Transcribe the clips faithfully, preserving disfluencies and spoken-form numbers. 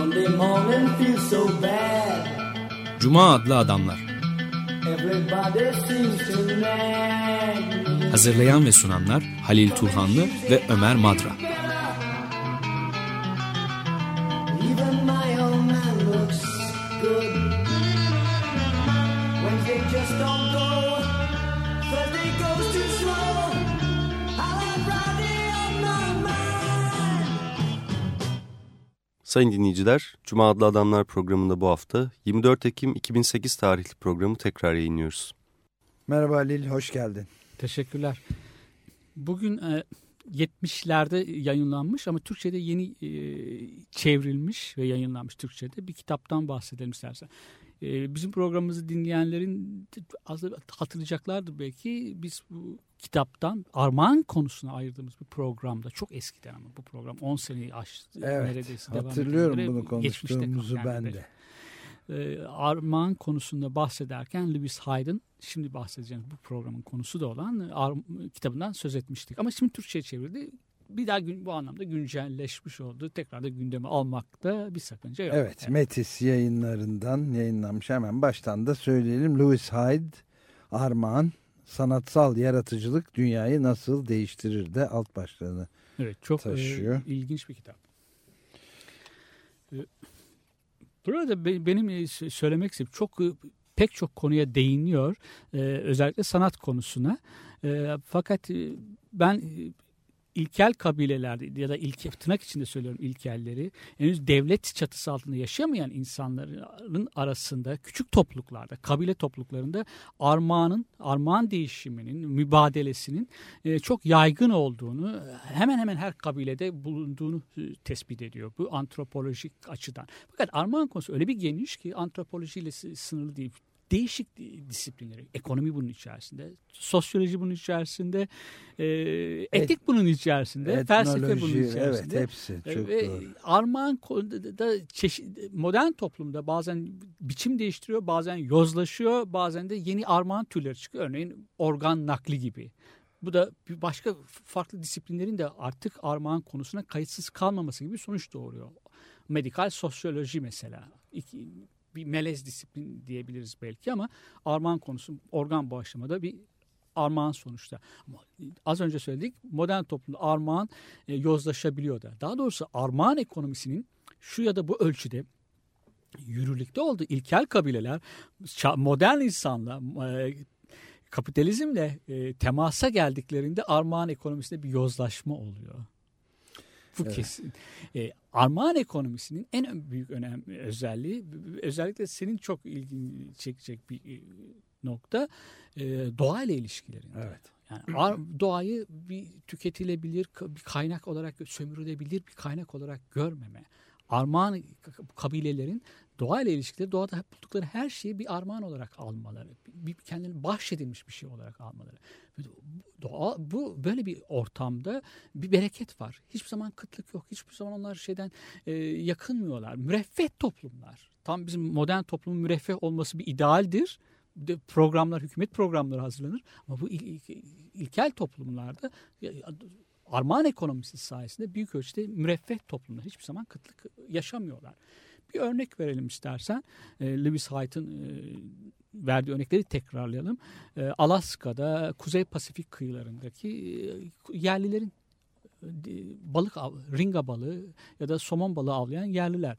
Cuma adlı adamlar. Hazırlayan ve sunanlar Halil Turhanlı ve Ömer Madra. Sayın dinleyiciler, Cuma adlı adamlar programında bu hafta yirmi dört Ekim iki bin sekiz tarihli programı tekrar yayınlıyoruz. Merhaba Halil, hoş geldin. Teşekkürler. Bugün e, yetmişlerde yayınlanmış ama Türkçe'de yeni e, çevrilmiş ve yayınlanmış Türkçe'de bir kitaptan bahsedelim istersen. E, bizim programımızı dinleyenlerin hatırlayacaklardır belki. Biz bu kitaptan armağan konusuna ayırdığımız bir programda, çok eskiden ama bu program on seneyi aştı. Evet, neredeyse hatırlıyorum bunu konuştuğumuzu ben de. E, armağan konusunda bahsederken Lewis Hyde'ın, şimdi bahsedeceğimiz bu programın konusu da olan ar- kitabından söz etmiştik. Ama şimdi Türkçe'ye çevirdi. Bir daha gün, bu anlamda güncelleşmiş oldu. Tekrar da gündeme almakta bir sakınca yok. Evet, evet. Metis yayınlarından yayınlanmış. Hemen baştan da söyleyelim. Lewis Hyde, Armağan, Sanatsal Yaratıcılık Dünyayı Nasıl Değiştirir de alt başlığını evet, çok taşıyor. E, ilginç bir kitap. E, burada be, benim söylemek istediğim çok pek çok konuya değiniyor. E, özellikle sanat konusuna. E, fakat e, ben ilkel kabilelerde ya da ilke, tırnak içinde söylüyorum ilkelleri, henüz devlet çatısı altında yaşamayan insanların arasında, küçük topluluklarda, kabile topluluklarında armağanın, armağan değişiminin, mübadelesinin e, çok yaygın olduğunu, hemen hemen her kabilede bulunduğunu e, tespit ediyor bu antropolojik açıdan. Fakat armağan konusu öyle bir geniş ki antropolojiyle sınırlı değil. Değişik disiplinleri, ekonomi bunun içerisinde, sosyoloji bunun içerisinde, e, etik Et, bunun içerisinde, felsefe bunun içerisinde. Evet, hepsi çok e, doğru. Armağan da çeşit, modern toplumda bazen biçim değiştiriyor, bazen yozlaşıyor, bazen de yeni armağan türleri çıkıyor. Örneğin organ nakli gibi. Bu da bir başka farklı disiplinlerin de artık armağan konusuna kayıtsız kalmaması gibi bir sonuç doğuruyor. Medikal sosyoloji mesela. İki, bir melez disiplin diyebiliriz belki ama armağan konusu organ bağışlamada bir armağan sonuçta. Ama az önce söyledik, modern toplumda armağan e, yozlaşabiliyor da. Daha doğrusu armağan ekonomisinin şu ya da bu ölçüde yürürlükte olduğu ilkel kabileler modern insanla e, kapitalizmle e, temasa geldiklerinde armağan ekonomisinde bir yozlaşma oluyor. Bu evet. Kesin. E, armağan ekonomisinin en büyük önemli özelliği, özellikle senin çok ilgini çekecek bir e, nokta, e, doğayla ilişkileri. Evet. Yani ar, doğayı bir tüketilebilir bir kaynak olarak, sömürülebilir bir kaynak olarak görmeme. Armağan kabilelerin doğayla ilişkileri, doğada buldukları her şeyi bir armağan olarak almaları, bir kendilerine bahşedilmiş bir şey olarak almaları. Doğa, bu böyle bir ortamda bir bereket var. Hiçbir zaman kıtlık yok. Hiçbir zaman onlar şeyden e, yakınmıyorlar. Müreffeh toplumlar. Tam bizim modern toplumun müreffeh olması bir idealdir. De programlar, hükümet programları hazırlanır. Ama bu il, il, ilkel toplumlarda armağan ekonomisi sayesinde büyük ölçüde müreffeh toplumlar. Hiçbir zaman kıtlık yaşamıyorlar. Bir örnek verelim istersen. E, Lewis Hyde'ın e, verdiği örnekleri tekrarlayalım. E, Alaska'da, Kuzey Pasifik kıyılarındaki e, yerlilerin e, balık, ringa balığı ya da somon balığı avlayan yerliler.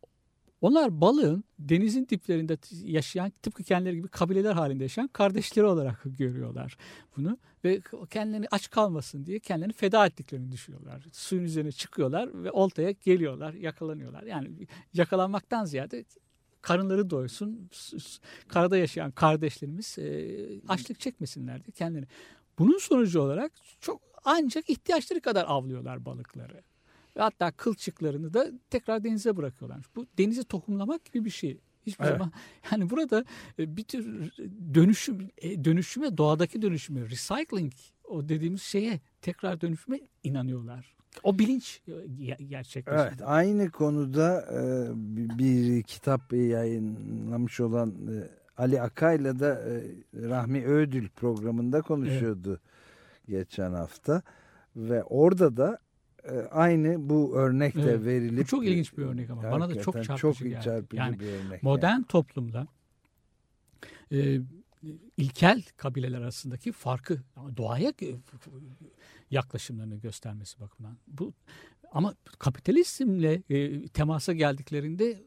Onlar balığın denizin diplerinde yaşayan, tıpkı kendileri gibi kabileler halinde yaşayan kardeşleri olarak görüyorlar bunu. Ve kendilerini aç kalmasın diye kendilerini feda ettiklerini düşünüyorlar. Suyun üzerine çıkıyorlar ve oltaya geliyorlar, yakalanıyorlar. Yani yakalanmaktan ziyade karınları doysun, karada yaşayan kardeşlerimiz açlık çekmesinler diye kendilerini. Bunun sonucu olarak çok ancak ihtiyaçları kadar avlıyorlar balıkları. Ve hatta kılçıklarını da tekrar denize bırakıyorlar. Bu denize tohumlamak gibi bir şey. Hiçbir evet. zaman yani burada bir tür dönüşüm dönüşüme, doğadaki dönüşüme, recycling o dediğimiz şeye, tekrar dönüşüme inanıyorlar. O bilinç gerçekleşiyor. Evet, aynı konuda bir kitap yayınlamış olan Ali Akay'la da Rahmi Ödül programında konuşuyordu evet. geçen hafta ve orada da aynı bu örnek de evet. verilip. Bu çok ilginç bir örnek ama bana da çok çarpıcı çok geldi. çarpıcı yani bir örnek. modern yani. toplumda e, ilkel kabileler arasındaki farkı, doğaya yaklaşımlarını göstermesi bakımından. Bu ama kapitalizmle e, temasa geldiklerinde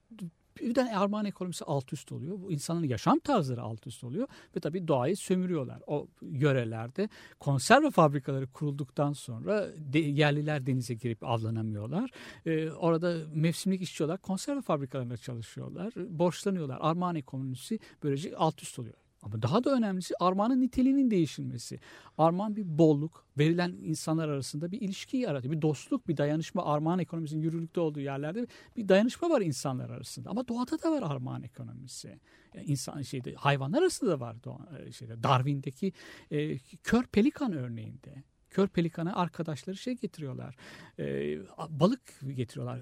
birden armağan ekonomisi alt üst oluyor. Bu insanların yaşam tarzları alt üst oluyor ve tabii doğayı sömürüyorlar. O yörelerde konserve fabrikaları kurulduktan sonra de, yerliler denize girip avlanamıyorlar. Ee, orada mevsimlik işçiler konserve fabrikalarında çalışıyorlar. Borçlanıyorlar. Armağan ekonomisi böylece alt üst oluyor. Ama daha da önemlisi armağanın niteliğinin değişilmesi. Armağan bir bolluk, verilen insanlar arasında bir ilişki yaratıyor. Bir dostluk, bir dayanışma. Armağan ekonomisinin yürürlükte olduğu yerlerde bir dayanışma var insanlar arasında. Ama doğada da var armağan ekonomisi. Yani insan şeyde, hayvanlar arasında da var doğa, şeyde, Darwin'deki e, kör pelikan örneğinde. Kör pelikana arkadaşları şey getiriyorlar. E, balık getiriyorlar.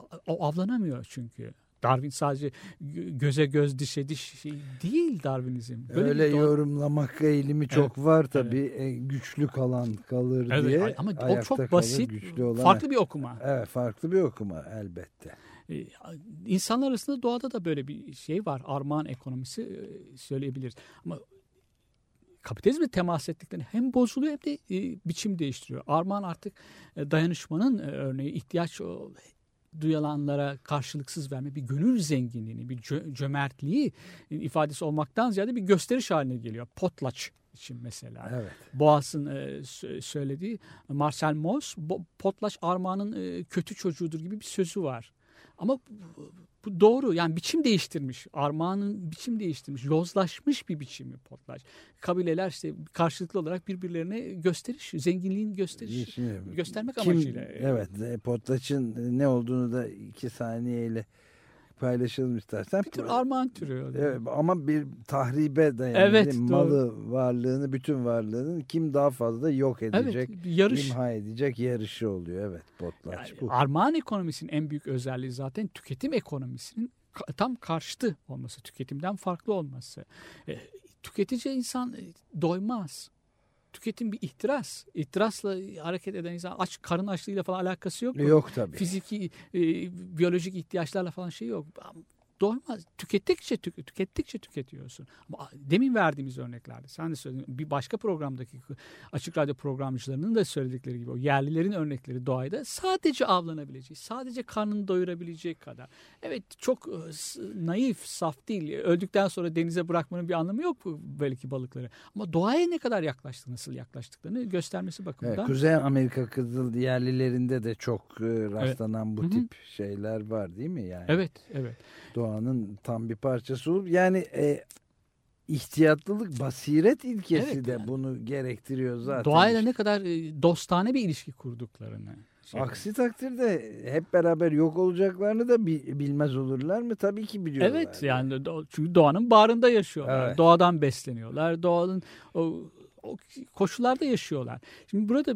O avlanamıyor çünkü. Darwin sadece göze göz dişe diş şey değil Darwinizm. Böyle Öyle doğ- yorumlamak eğilimi çok evet, var tabii. Evet. Güçlü kalan kalır evet, diye. Ama o çok basit, olan, farklı bir okuma. Evet, farklı bir okuma elbette. Ee, insanlar arasında doğada da böyle bir şey var. Armağan ekonomisi söyleyebiliriz. Ama kapitalizmle temas ettiklerinde hem bozuluyor hem de e, biçim değiştiriyor. Armağan artık e, dayanışmanın e, örneği ihtiyaç o, duyanlara karşılıksız verme, bir gönül zenginliğini, bir cö- cömertliği ifadesi olmaktan ziyade bir gösteriş haline geliyor. Potlatch için mesela. Evet. Boğaz'ın e, söylediği Marcel Mauss, Potlatch armağanın e, kötü çocuğudur gibi bir sözü var. Ama bu doğru. Yani biçim değiştirmiş. Armağanın biçim değiştirmiş. Yozlaşmış bir biçimi Potlatch. Kabileler işte karşılıklı olarak birbirlerine gösteriş, zenginliğin gösteriş, Şimdi, göstermek kim, amacıyla. Evet. Potlatch'ın ne olduğunu da iki saniyeyle paylaşalım istersen. Bir tür armağan türü. Evet, ama bir tahribe dayanıyor. Evet, malı, doğru. Varlığını, bütün varlığının kim daha fazla yok edecek, evet, yarış. imha edecek yarışı oluyor. Evet, Potlatch yani, bu. Armağan ekonomisinin en büyük özelliği zaten tüketim ekonomisinin tam karşıtı olması, tüketimden farklı olması. E, tüketici insan doymaz. Tüketim bir ihtiras. İhtirasla hareket eden insan aç, karın açlığıyla falan alakası yok. Yok tabii. Fiziki, e, biyolojik ihtiyaçlarla falan şey yok. Doymaz. Tükettikçe tük, tükettikçe tüketiyorsun. Ama demin verdiğimiz örneklerde sen de söyledin. Bir başka programdaki Açık Radyo programcılarının da söyledikleri gibi o yerlilerin örnekleri doğayda sadece avlanabileceği, sadece karnını doyurabileceği kadar. Evet çok naif, saf değil. Öldükten sonra denize bırakmanın bir anlamı yok belki balıkları. Ama doğaya ne kadar yaklaştı, nasıl yaklaştıklarını göstermesi bakımından. Evet, Kuzey Amerika kızıl yerlilerinde de çok rastlanan evet. bu Hı-hı. tip şeyler var değil mi? Yani. Evet, evet. Doğanın tam bir parçası olup yani e, ihtiyatlılık, basiret ilkesi evet, de yani. bunu gerektiriyor zaten. Doğayla işte. ne kadar e, dostane bir ilişki kurduklarını. Şey Aksi var. takdirde hep beraber yok olacaklarını da bilmez olurlar mı? Tabii ki biliyorlar. Evet yani çünkü doğanın bağrında yaşıyorlar. Evet. Doğadan besleniyorlar. Doğanın o, o koşullarda yaşıyorlar. Şimdi burada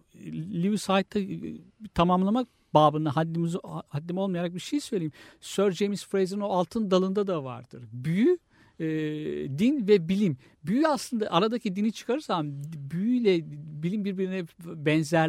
Lewis Hyde'da tamamlamak babında haddimiz, haddim olmayarak bir şey söyleyeyim. Sir James Fraser'ın o altın dalında da vardır. Büyü, e, din ve bilim. Büyü aslında aradaki dini çıkarırsam büyüyle bilim birbirine benzer,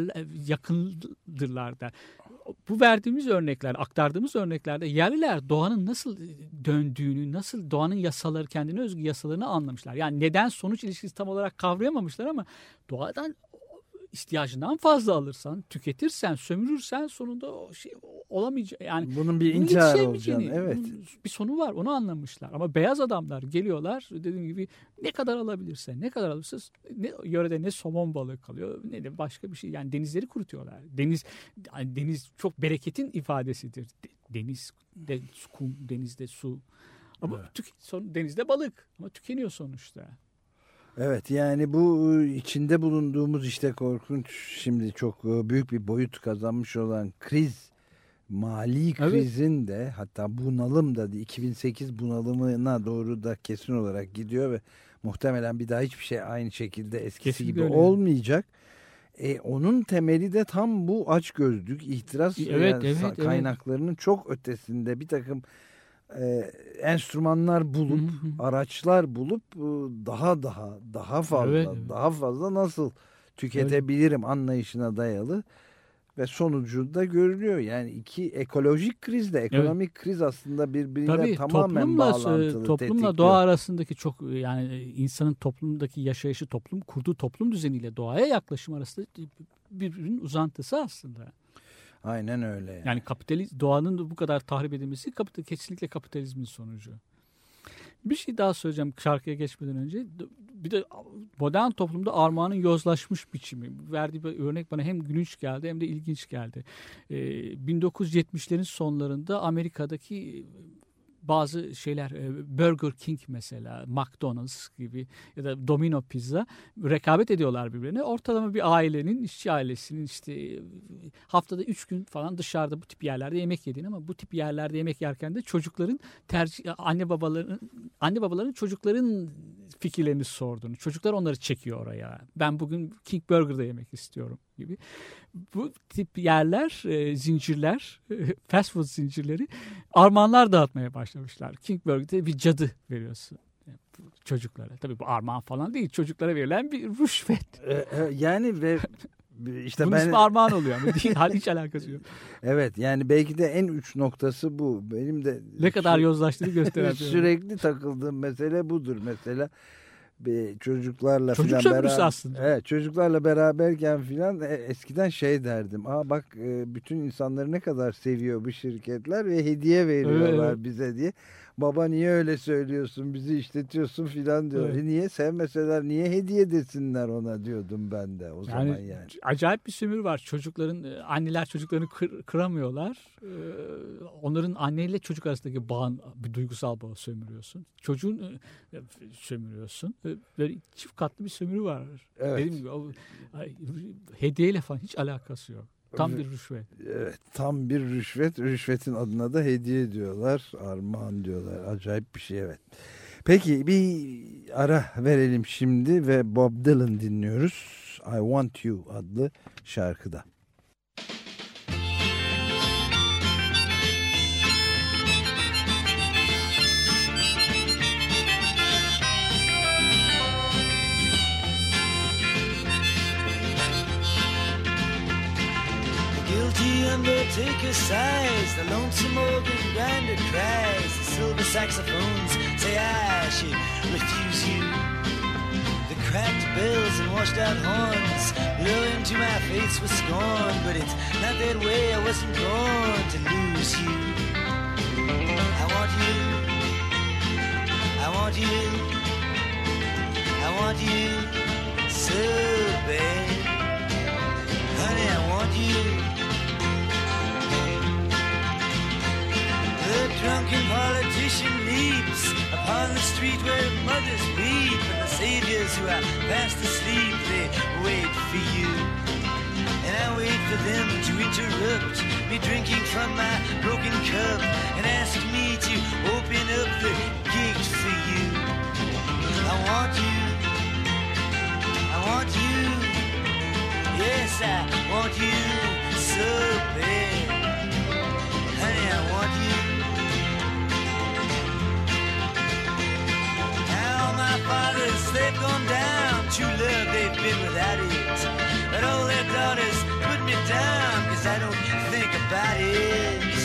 yakındırlar der. Bu verdiğimiz örnekler, aktardığımız örneklerde yerliler doğanın nasıl döndüğünü, nasıl doğanın yasaları, kendine özgü yasalarını anlamışlar. Yani neden sonuç ilişkisi tam olarak kavrayamamışlar ama doğadan ihtiyacından fazla alırsan, tüketirsen, sömürürsen sonunda o şey olamayacak. Yani bunun bir intihar olacağını, evet. Bir sonu var, onu anlamışlar. Ama beyaz adamlar geliyorlar, dediğim gibi ne kadar alabilirse, ne kadar alırsa ne, yörede ne somon balığı kalıyor, ne de başka bir şey. Yani denizleri kurutuyorlar. Deniz yani deniz çok bereketin ifadesidir. Deniz de kum, denizde su. Ama evet. tük, son, denizde balık ama tükeniyor sonuçta. Evet yani bu içinde bulunduğumuz işte korkunç şimdi çok büyük bir boyut kazanmış olan kriz, mali krizin evet. de hatta bunalım da iki bin sekiz bunalımına doğru da kesin olarak gidiyor ve muhtemelen bir daha hiçbir şey aynı şekilde eskisi kesin gibi öyle. olmayacak. E, onun temeli de tam bu açgözlük, ihtiras evet, yani evet, kaynaklarının evet. çok ötesinde bir takım e, enstrümanlar bulup, hı hı. araçlar bulup daha daha daha fazla, evet, evet. daha fazla nasıl tüketebilirim evet. anlayışına dayalı Ve sonucunda görülüyor. Yani iki ekolojik kriz de ekonomik evet. kriz aslında birbiriyle Tabii, tamamen toplumla, bağlantılı. Toplumla tetikliyor. doğa arasındaki çok yani insanın toplumdaki yaşayışı, toplum kurduğu toplum düzeniyle doğaya yaklaşım arasında birbirinin uzantısı aslında. Aynen öyle. Yani, yani kapitalizm, doğanın bu kadar tahrip edilmesi kapital, kesinlikle kapitalizmin sonucu. Bir şey daha söyleyeceğim şarkıya geçmeden önce. Bir de modern toplumda armağanın yozlaşmış biçimi. Verdiği bir örnek bana hem gülünç geldi hem de ilginç geldi. Ee, bin dokuz yüz yetmişlerin sonlarında Amerika'daki bazı şeyler, Burger King mesela, McDonald's gibi ya da Domino Pizza rekabet ediyorlar birbirine. Ortalama bir ailenin, işçi ailesinin işte haftada üç gün falan dışarıda bu tip yerlerde yemek yediğini ama bu tip yerlerde yemek yerken de çocukların tercih, anne babaların anne babaların çocukların fikirlerini sorduğunu, çocuklar onları çekiyor oraya. Ben bugün King Burger'da yemek istiyorum gibi. Bu tip yerler, e, zincirler, e, fast food zincirleri armağanlar dağıtmaya başlamışlar. King Burger'de bir cadı veriyorsun yani çocuklara. Tabii bu armağan falan değil, çocuklara verilen bir rüşvet. Ee, yani ve işte bunun ben... ismi armağan oluyor ama değil, hiç alakası yok. Evet, yani belki de en uç noktası bu. Benim de ne kadar yozlaştığını gösteren. Sürekli takıldığım mesele budur mesela. Bir çocuklarla Çocuk filan beraber aslında. Evet, çocuklarla beraberken filan eskiden şey derdim. Aa bak bütün insanları ne kadar seviyor bu şirketler ve hediye veriyorlar evet. bize diye. Baba niye öyle söylüyorsun, bizi işletiyorsun filan diyor. Evet. E niye sevmeseler, niye hediye desinler ona diyordum ben de o yani, zaman yani. Acayip bir sömürü var. Çocukların, anneler çocuklarını kır, kıramıyorlar. Ee, onların anneyle çocuk arasındaki bağın, bir duygusal bağı sömürüyorsun. Çocuğun e, sömürüyorsun. Böyle çift katlı bir sömürü var. Evet. Dediğim gibi o, hediyeyle falan hiç alakası yok. Tam bir rüşvet. Evet, tam bir rüşvet. Rüşvetin adına da hediye diyorlar. Armağan diyorlar. Acayip bir şey evet. Peki bir ara verelim şimdi ve Bob Dylan dinliyoruz. I Want You adlı şarkıda. Guilty undertaker sighs, the lonesome organ grinder cries, the silver saxophones say I should refuse you. The cracked bells and washed out horns blow into my face with scorn, but it's not that way, I wasn't born to lose you. I want you, I want you, I want you so bad. Honey, I want you. The drunken politician leaps upon the street where mothers weep, and the saviors who are fast asleep, they wait for you. And I wait for them to interrupt me drinking from my broken cup and ask me to open up the gate for you. I want you, I want you, yes I want you so bad. Honey, I want you. My fathers, they've gone down. True love, they've been without it. But all their daughters put me down, cause I don't think about it.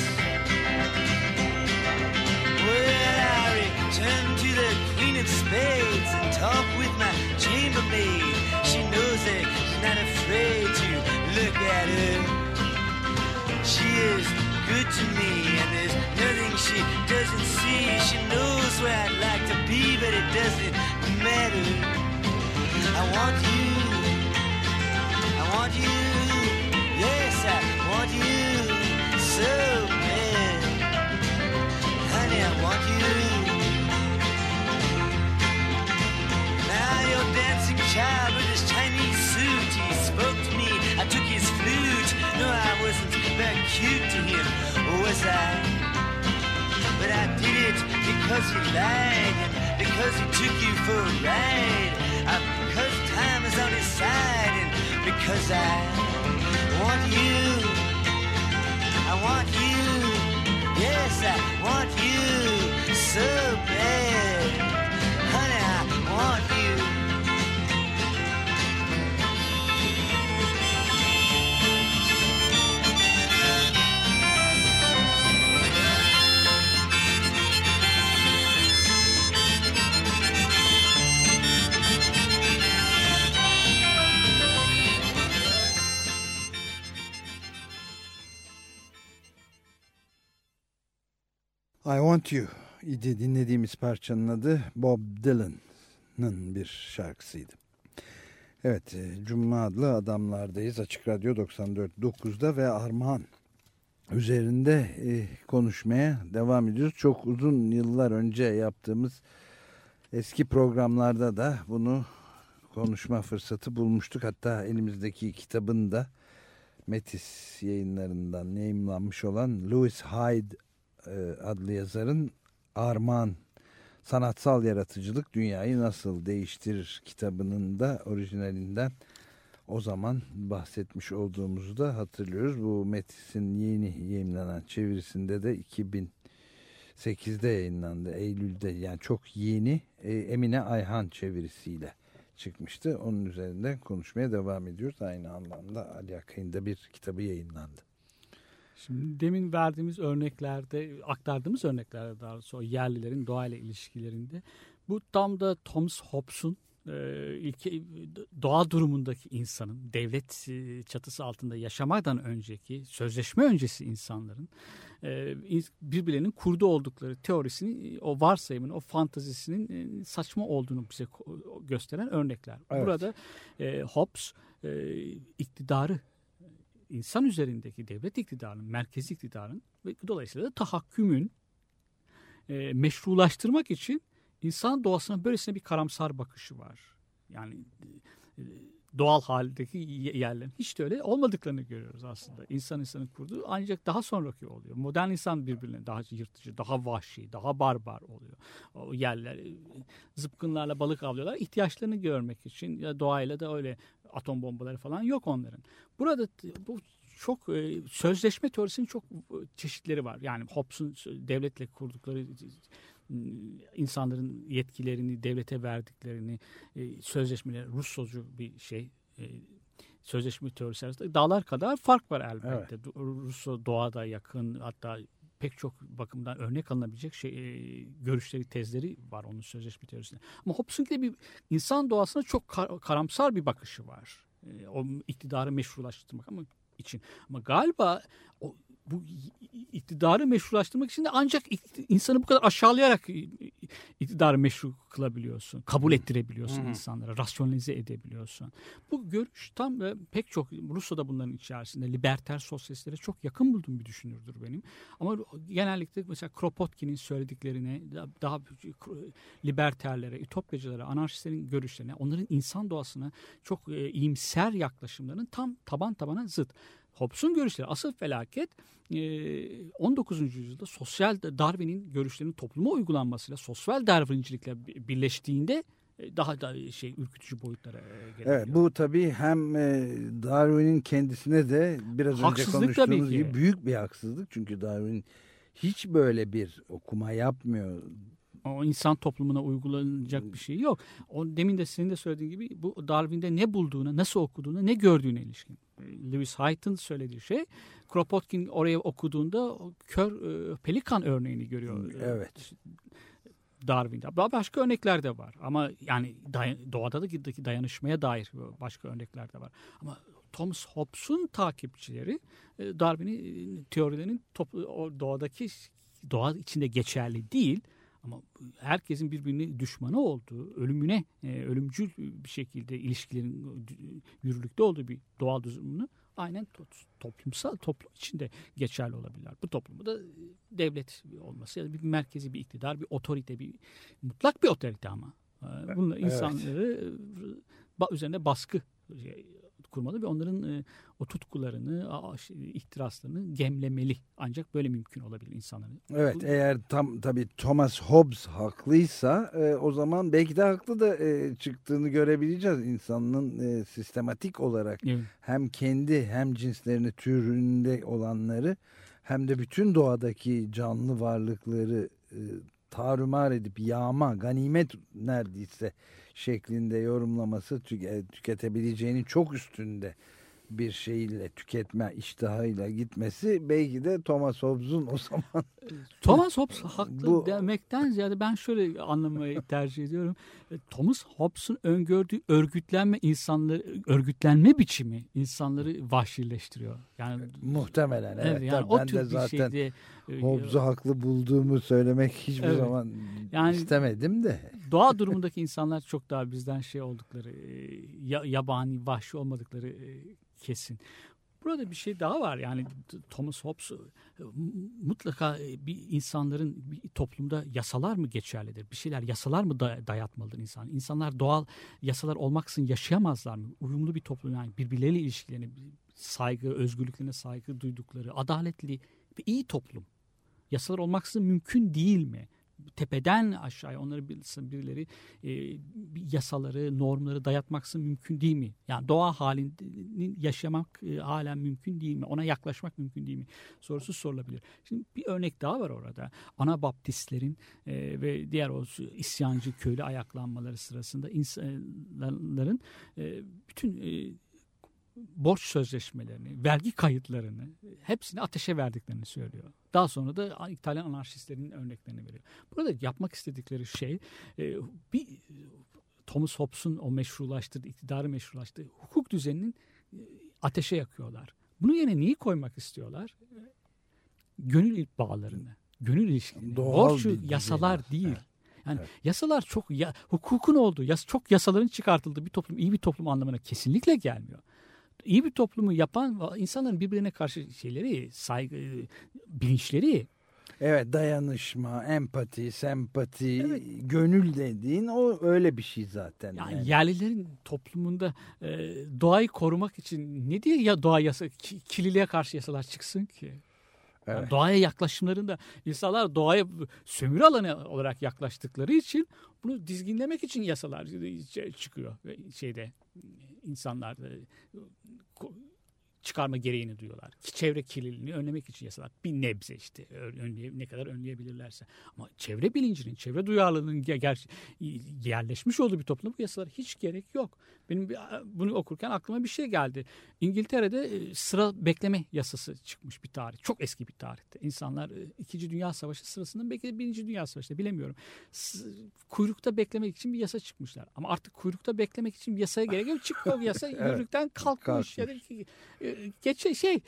Well, I return to the Queen of Spades and talk with my chambermaid. She knows that she's not afraid to look at her. She is good to me, and there's nothing she doesn't see. She knows where I'd like to be, but it doesn't matter. I want you, I want you, yes I want you so bad. Honey, I want you. Now you're dancing child with his Chinese suit. He spoke to me, I took his flute. No, I wasn't very cute to him, was I? But I did it because he lied, and because he took you for a ride, uh, because time is on his side, and because I want you, I want you, yes I want you so bad, honey I want you. I Want You idi dinlediğimiz parçanın adı. Bob Dylan'ın bir şarkısıydı. Evet, Cuma adlı adamlardayız. Açık Radyo doksan dört nokta dokuzda ve Armağan üzerinde e, konuşmaya devam ediyoruz. Çok uzun yıllar önce yaptığımız eski programlarda da bunu konuşma fırsatı bulmuştuk. Hatta elimizdeki kitabın da Metis yayınlarından yayımlanmış olan Louis Hyde e, adlı yazarın Armağan Sanatsal Yaratıcılık Dünyayı Nasıl Değiştirir kitabının da orijinalinden o zaman bahsetmiş olduğumuzu da hatırlıyoruz. Bu Metis'in yeni yayınlanan çevirisinde de iki bin sekizde yayınlandı. Eylül'de, yani çok yeni, Emine Ayhan çevirisiyle çıkmıştı. Onun üzerinde konuşmaya devam ediyoruz. Aynı anlamda Ali Akay'ın da bir kitabı yayınlandı. Şimdi demin verdiğimiz örneklerde, aktardığımız örneklerde daha doğrusu o yerlilerin doğayla ilişkilerinde bu tam da Thomas Hobbes'un e, ilke, doğa durumundaki insanın devlet çatısı altında yaşamadan önceki, sözleşme öncesi insanların e, birbirlerinin kurdu oldukları teorisini, o varsayımın, o fantazisinin saçma olduğunu bize gösteren örnekler. Evet. Burada e, Hobbes e, iktidarı, İnsan üzerindeki devlet iktidarının, merkezi iktidarın ve dolayısıyla da tahakkümün e, meşrulaştırmak için insan doğasına böylesine bir karamsar bakışı var. Yani e, doğal haldeki yerlerin hiç de öyle olmadıklarını görüyoruz aslında. İnsan insanın kurduğu ancak daha sonraki oluyor. Modern insan birbirine daha yırtıcı, daha vahşi, daha barbar oluyor. O yerler zıpkınlarla balık avlıyorlar. İhtiyaçlarını görmek için ya doğayla da öyle atom bombaları falan yok onların. Burada bu çok e, sözleşme teorisinin çok çeşitleri var. Yani Hobbes'un devletle kurdukları, insanların yetkilerini devlete verdiklerini, e, sözleşmeler, Russocu bir şey, e, sözleşme teorisi arasında dağlar kadar fark var elbette. Evet. Russo doğada yakın, hatta pek çok bakımdan örnek alınabilecek şey, e, görüşleri, tezleri var onun sözleşme teorisinde. Ama Hobbes'un de bir insan doğasına çok kar, karamsar bir bakışı var. E, o iktidarı meşrulaştırmak ama için. Ama galiba o, bu iktidarı meşrulaştırmak için de ancak insanı bu kadar aşağılayarak iktidarı meşru kılabiliyorsun. Kabul ettirebiliyorsun hmm. insanlara. Rasyonalize edebiliyorsun. Bu görüş tam ve pek çok Rusya'da bunların içerisinde liberter sosyalistlere çok yakın bulduğum bir düşünürdür benim. Ama genellikle mesela Kropotkin'in söylediklerine, daha liberterlere, ütopyacılara, anarşistlerin görüşlerine, onların insan doğasına çok e, iyimser yaklaşımlarının tam taban tabana zıt. Hobbes'un görüşleri asıl felaket on dokuzuncu yüzyılda sosyal Darwin'in görüşlerinin topluma uygulanmasıyla sosyal Darwin'cilikle birleştiğinde daha da şey ürkütücü boyutlara gelebiliyor. Evet, bu tabii hem Darwin'in kendisine de biraz haksızlık, önce konuştuğumuz gibi büyük bir haksızlık. Çünkü Darwin hiç böyle bir okuma yapmıyor. O insan toplumuna uygulanacak bir şey yok. O demin de senin de söylediğin gibi bu Darwin'de ne bulduğuna, nasıl okuduğuna, ne gördüğüne ilişkin. Louis Hyde'ın söylediği şey, Kropotkin oraya okuduğunda kör e, pelikan örneğini görüyor. Evet. Darwin'de. Başka örnekler de var. Ama yani day- doğadaki dayanışmaya dair başka örnekler de var. Ama Thomas Hobbes'un takipçileri Darwin'in teorilerinin toplu, o doğadaki doğa içinde geçerli değil. Ama herkesin birbirine düşmanı olduğu, ölümüne, e, ölümcül bir şekilde ilişkilerin yürürlükte olduğu bir doğal düzümünü aynen toplumsal toplum içinde geçerli olabilirler. Bu toplumu da devlet olması ya da bir merkezi bir iktidar, bir otorite, bir mutlak bir otorite ama. Bununla insanları evet. üzerine baskı kurmalı ve onların e, o tutkularını, ihtiraslarını gemlemeli. Ancak böyle mümkün olabilir insanların. Evet, Bu, eğer tam tabii Thomas Hobbes haklıysa e, o zaman belki de haklı da e, çıktığını görebileceğiz. İnsanın e, sistematik olarak evet. hem kendi hem cinslerini türünde olanları hem de bütün doğadaki canlı varlıkları e, tarumar edip yağma, ganimet neredeyse şeklinde yorumlaması tüke, tüketebileceğinin çok üstünde bir şeyle, tüketme iştahıyla gitmesi belki de Thomas Hobbes'un o zaman. Thomas Hobbes haklı Bu... demekten ziyade ben şöyle anlamayı tercih ediyorum. Thomas Hobbes'un öngördüğü örgütlenme insanları, örgütlenme biçimi insanları vahşileştiriyor. Yani muhtemelen evet. evet yani ben o tür de bir zaten şeyde Hobbes'u haklı bulduğumu söylemek hiçbir evet. zaman yani, istemedim de. Doğa durumundaki insanlar çok daha bizden şey oldukları, yabani, vahşi olmadıkları kesin. Burada bir şey daha var. Yani Thomas Hobbes mutlaka bir insanların bir toplumda yasalar mı geçerlidir? Bir şeyler yasalar mı dayatmalıdır insan? İnsanlar doğal yasalar olmaksızın yaşayamazlar mı? Uyumlu bir toplum, yani birbirleriyle ilişkilerini, saygı, özgürlüklerine saygı duydukları, adaletli ve iyi toplum. Yasalar olmaksızın mümkün değil mi? Tepeden aşağıya onları birileri e, yasaları, normları dayatmaksızın mümkün değil mi? Yani doğa halini yaşamak e, halen mümkün değil mi? Ona yaklaşmak mümkün değil mi? Sorusu sorulabilir. Şimdi bir örnek daha var orada. Anabaptistlerin e, ve diğer o isyancı köylü ayaklanmaları sırasında insanların e, bütün e, borç sözleşmelerini, vergi kayıtlarını hepsini ateşe verdiklerini söylüyor. Daha sonra da İtalyan anarşistlerinin örneklerini veriyor. Burada yapmak istedikleri şey bir Thomas Hobbes'un o meşrulaştırdığı, iktidarı meşrulaştırdığı hukuk düzeninin ateşe yakıyorlar. Bunun yerine neyi koymak istiyorlar? Gönül bağlarını, gönül ilişkilerini. Borçlu yasalar değil. Evet. Yani evet. Yasalar çok, ya, hukukun olduğu, yas, çok yasaların çıkartıldığı bir toplum, iyi bir toplum anlamına kesinlikle gelmiyor. İyi bir toplumu yapan insanların birbirine karşı şeyleri, saygı, bilinçleri. Evet, dayanışma, empati, sempati, evet. Gönül dediğin o öyle bir şey zaten. Yani, yani. Yerlilerin toplumunda e, doğayı korumak için ne diye ya doğa yasa, ki, kirliliğe karşı yasalar çıksın ki? Evet. Yani doğaya yaklaşımlarında insanlar doğaya sömürü alanı olarak yaklaştıkları için bunu dizginlemek için yasalar çıkıyor şeyde insanlar çıkarma gereğini duyuyorlar. Ki çevre kirliliğini önlemek için yasalar. Bir nebze işte önleye, ne kadar önleyebilirlerse. Ama çevre bilincinin, çevre duyarlılığının ger- yerleşmiş olduğu bir toplumda bu yasalara hiç gerek yok. Benim bunu okurken aklıma bir şey geldi. İngiltere'de sıra bekleme yasası çıkmış bir tarih. Çok eski bir tarihte. İnsanlar İkinci Dünya Savaşı sırasında belki de Birinci Dünya Savaşı'nda bilemiyorum. Kuyrukta beklemek için bir yasa çıkmışlar. Ama artık kuyrukta beklemek için bir yasaya gerek yok. Çıkıyor o yasa evet. Yürürlükten kalkmış. kalkmış. Ya da Geçe şey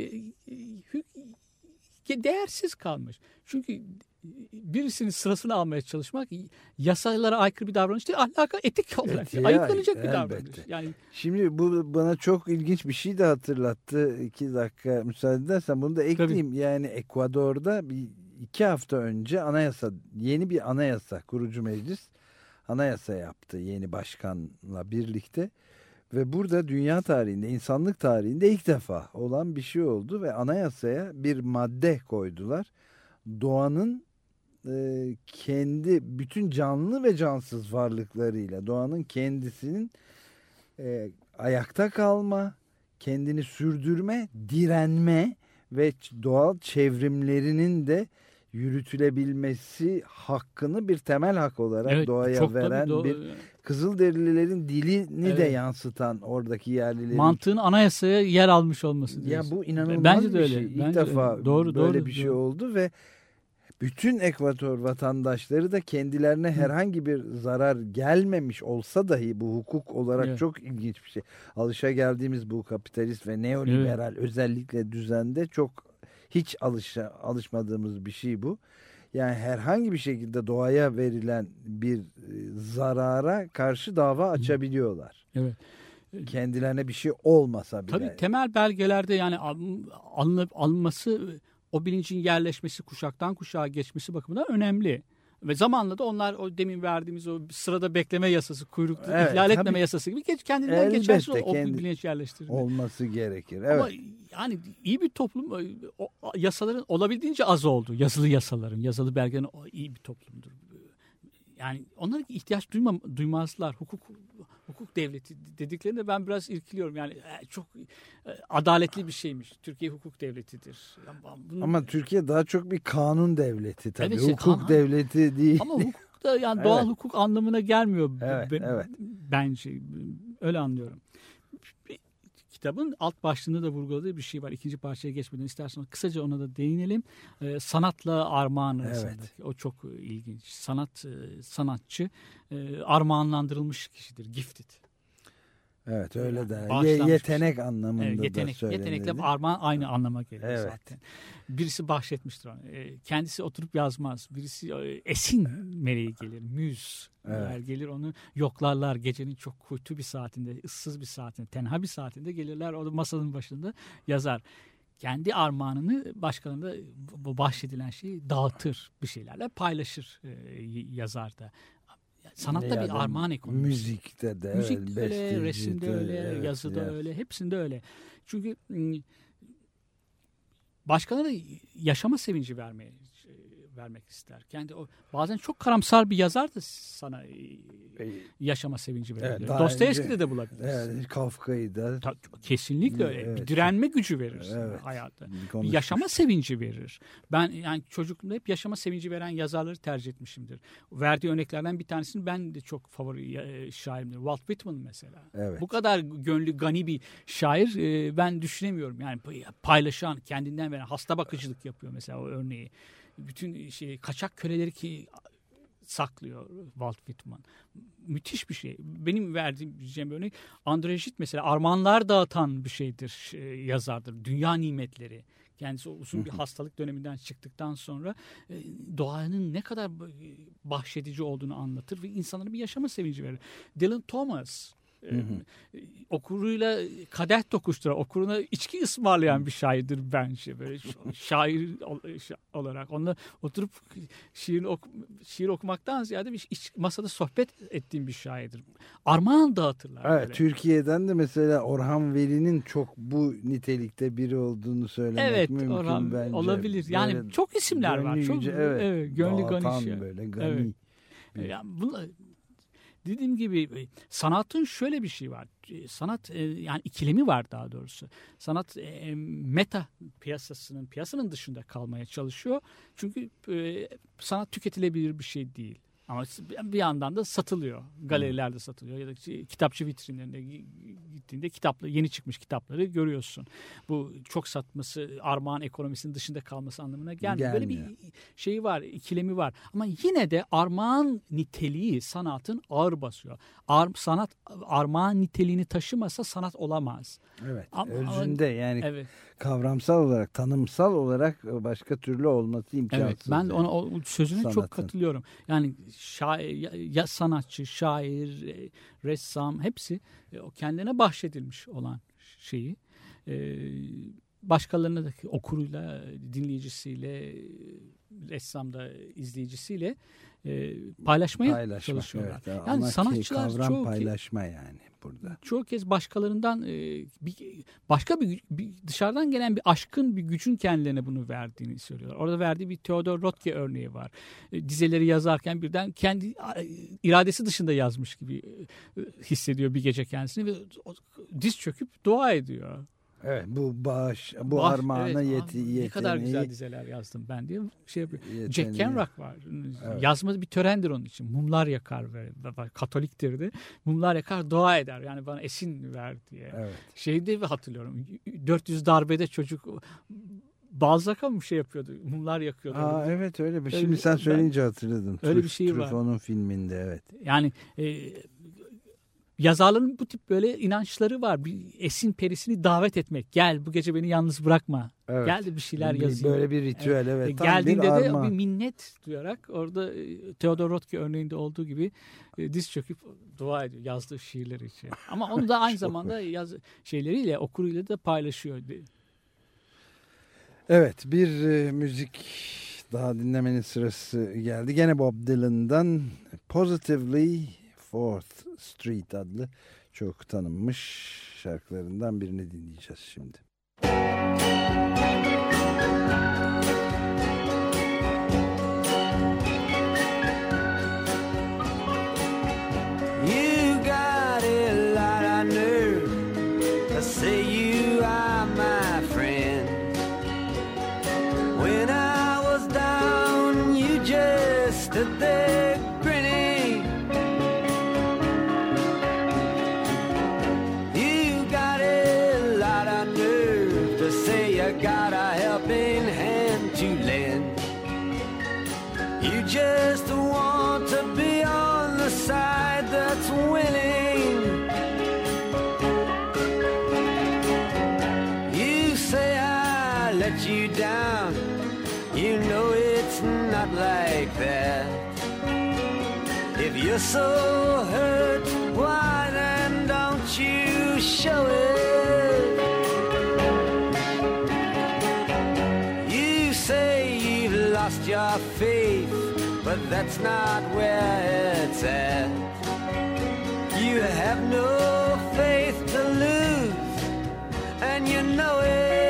değersiz kalmış. Çünkü birisinin sırasını almaya çalışmak yasalara aykırı bir davranış değil, ahlaka, etik olarak evet, ayıplanacak bir davranış. Yani şimdi bu bana çok ilginç bir şey de hatırlattı. İki dakika müsaade edersen bunu da ekleyeyim. Tabii. Yani Ekvador'da bir iki hafta önce anayasa, yeni bir anayasa, kurucu meclis anayasa yaptı yeni başkanla birlikte. Ve burada dünya tarihinde, insanlık tarihinde ilk defa olan bir şey oldu ve anayasaya bir madde koydular. Doğanın e, kendi bütün canlı ve cansız varlıklarıyla doğanın kendisinin e, ayakta kalma, kendini sürdürme, direnme ve doğal çevrimlerinin de yürütülebilmesi hakkını bir temel hak olarak evet, doğaya veren do- bir Kızılderililerin dilini evet. de yansıtan oradaki yerlilerin. Mantığın anayasaya yer almış olması diyorsun. Ya bu inanılmaz Bence bir de öyle. şey. İlk Bence defa öyle. Doğru, böyle doğru, bir şey doğru. oldu ve bütün Ekvador vatandaşları da kendilerine Hı. herhangi bir zarar gelmemiş olsa dahi bu hukuk olarak evet. çok ilginç bir şey. Alışa geldiğimiz bu kapitalist ve neoliberal evet. özellikle düzende çok hiç alışa, alışmadığımız bir şey bu. Yani herhangi bir şekilde doğaya verilen bir zarara karşı dava açabiliyorlar. Evet. Kendilerine bir şey olmasa bile. Tabii temel belgelerde yani alınıp alınması, o bilincin yerleşmesi, kuşaktan kuşağa geçmesi bakımından önemli. Ve zamanla da onlar o demin verdiğimiz o sırada bekleme yasası, kuyrukta evet, ihlal etmeme yasası gibi kendinden geçersiz o, o bilinç yerleştirme. Olması gerekir. Evet. Ama yani iyi bir toplum o, yasaların olabildiğince az oldu. Yazılı yasaların, yazılı belgelerin iyi bir toplumdur. Yani onlara ihtiyaç duymam, duymazlar. Hukuk hukuk devleti dediklerinde ben biraz irkiliyorum. Yani çok adaletli bir şeymiş. Türkiye hukuk devletidir. Bunun... Ama Türkiye daha çok bir kanun devleti tabii. Evet, işte, hukuk kan... devleti değil. Ama hukuk da yani doğal evet. hukuk anlamına gelmiyor. Evet, b- evet. Bence öyle anlıyorum. kitabın alt başlığında da vurguladığı bir şey var. İkinci parçaya geçmeden istersen kısaca ona da değinelim. Ee, sanatla armağan arasındaki. Evet. O çok ilginç. Sanat, sanatçı armağanlandırılmış kişidir. Gifted. Evet öyle de. Ye, yetenek anlamında evet, yetenek, da söylenir. Yetenekle armağan aynı anlama geliyor evet. zaten. Birisi bahşetmiştir onu. Kendisi oturup yazmaz. Birisi esin meleği gelir. Müz evet. gelir onu yoklarlar. Gecenin çok kuytu bir saatinde, ıssız bir saatinde, tenha bir saatinde gelirler. O masanın başında yazar. Kendi armağanını başkalarına bu bahşedilen şeyi dağıtır bir şeylerle paylaşır yazar da. Sanatta yani bir armağan ekonomisi. Müzikte de, Müzik evet, öyle, resimde öyle, evet, yazıda evet. öyle, hepsinde öyle. Çünkü başkalarına yaşama sevinci vermeye vermek ister. Kendi o bazen çok karamsar bir yazar da sana yaşama sevinci verir. Evet, Dostoyevski'de de bulabilirsin. Evet, Kafka'yı da. Ta, kesinlikle öyle. Evet. Bir direnme gücü verir evet. hayata. Bir yaşama sevinci verir. Ben yani çocukluğumda hep yaşama sevinci veren yazarları tercih etmişimdir. Verdiği örneklerden bir tanesini ben de çok favori şairimdir. Walt Whitman mesela. Evet. Bu kadar gönlü gani bir şair ben düşünemiyorum. Yani paylaşan, kendinden veren, hasta bakıcılık yapıyor mesela o örneği. Bütün şey kaçak köleleri ki saklıyor Walt Whitman. Müthiş bir şey. Benim verdiğim bir örnek André Gide mesela armağanlar dağıtan bir şeydir, yazardır. Dünya nimetleri. Kendisi uzun bir hastalık döneminden çıktıktan sonra doğanın ne kadar bahşedici olduğunu anlatır ve insanlara bir yaşama sevinci verir. Dylan Thomas Hı hı. okuruyla kadeh tokuşturan, okuruna içki ısmarlayan bir şairdir bence. Böyle şair olarak. Onunla oturup şiir, oku, şiir okumaktan ziyade bir iç, masada sohbet ettiğim bir şairdir. Armağan dağıtırlar. Evet, böyle. Türkiye'den de mesela Orhan Veli'nin çok bu nitelikte biri olduğunu söylemek evet, mümkün Orhan, bence. Olabilir. Yani böyle çok isimler var. Çok gücü, evet. evet, gönlü Dağıtan gani. böyle gani. Evet. Yani bunlar, dediğim gibi sanatın şöyle bir şey var. Sanat yani ikilemi var daha doğrusu. Sanat meta piyasasının piyasanın dışında kalmaya çalışıyor. Çünkü sanat tüketilebilir bir şey değil. Ama bir yandan da satılıyor. Galerilerde satılıyor ya da kitapçı vitrinlerinde gittiğinde kitaplı yeni çıkmış kitapları görüyorsun. Bu çok satması armağan ekonomisinin dışında kalması anlamına gelmiyor. Böyle bir şeyi var, ikilemi var. Ama yine de armağan niteliği sanatın ağır basıyor. Ar, sanat armağan niteliğini taşımasa sanat olamaz. Evet. Ama, özünde yani evet. Kavramsal olarak, tanımsal olarak başka türlü olması imkansız. Evet, ben ona o sözüne sanatın. Çok katılıyorum. Yani şair, ya sanatçı, şair, ressam hepsi o kendine bahşedilmiş olan şeyi başkalarına da okuruyla, dinleyicisiyle, ressamda izleyicisiyle paylaşmaya Paylaşma, çalışıyorlar. Evet. Yani ama sanatçılar kavram çoğu paylaşma yani burada. Çoğu kez başkalarından bir, başka bir, bir dışarıdan gelen bir aşkın bir gücün kendilerine bunu verdiğini söylüyorlar. Orada verdiği bir Theodor Rothke örneği var. Dizeleri yazarken birden kendi iradesi dışında yazmış gibi hissediyor bir gece kendisini ve diz çöküp dua ediyor. Evet, bu bağış, bu Bağış, armağana evet, yeti, yeteneği. Ne kadar güzel dizeler yazdım ben diye şey yapıyor. Yeteneği. Jack Kerouac var. Evet. Yazması bir törendir onun için. Mumlar yakar ve Katoliktir de. Mumlar yakar, dua eder. Yani bana esin ver diye. Evet. Şeyde hatırlıyorum. dört yüz darbede çocuk Balzac'a mı şey yapıyordu? Mumlar yakıyordu. Aa, evet öyle bir. Şimdi öyle, sen söyleyince ben, hatırladım. Öyle Truf, bir şey var. Truffaut'un filminde evet. Yani e, yazarların bu tip böyle inançları var. Bir esin perisini davet etmek. Gel bu gece beni yalnız bırakma. Evet. Gel de bir şeyler yazayım. Böyle bir ritüel evet. evet. Geldiğinde bir de bir minnet duyarak orada Theodor Rothke örneğinde olduğu gibi diz çöküp dua ediyor yazdığı şiirleri için. Ama onu da aynı zamanda yaz şeyleriyle okuruyla da paylaşıyor. Evet, bir e, müzik daha dinlemenin sırası geldi. Gene Bob Dylan'dan Positively Fourth Street adlı çok tanınmış şarkılarından birini dinleyeceğiz şimdi. You got a lot of nerve to say you are my friend. When I was down, you just stood there grinning. You got a to lend. You just want to be on the side that's winning. You say I let you down. You know it's not like that. If you're so hurt, why then don't you show it? You say you've lost your faith, but that's not where it's at. You have no faith to lose, and you know it.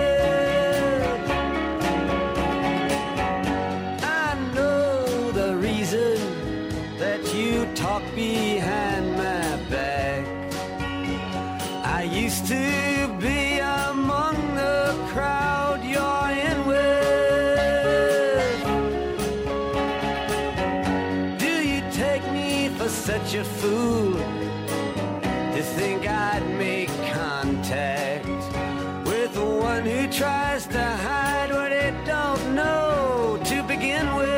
I know the reason that you talk behind my back. I used to be among the crowd you're in with. Do you take me for such a fool to think I'd make contact with the one who tries to hide what they don't know to begin with?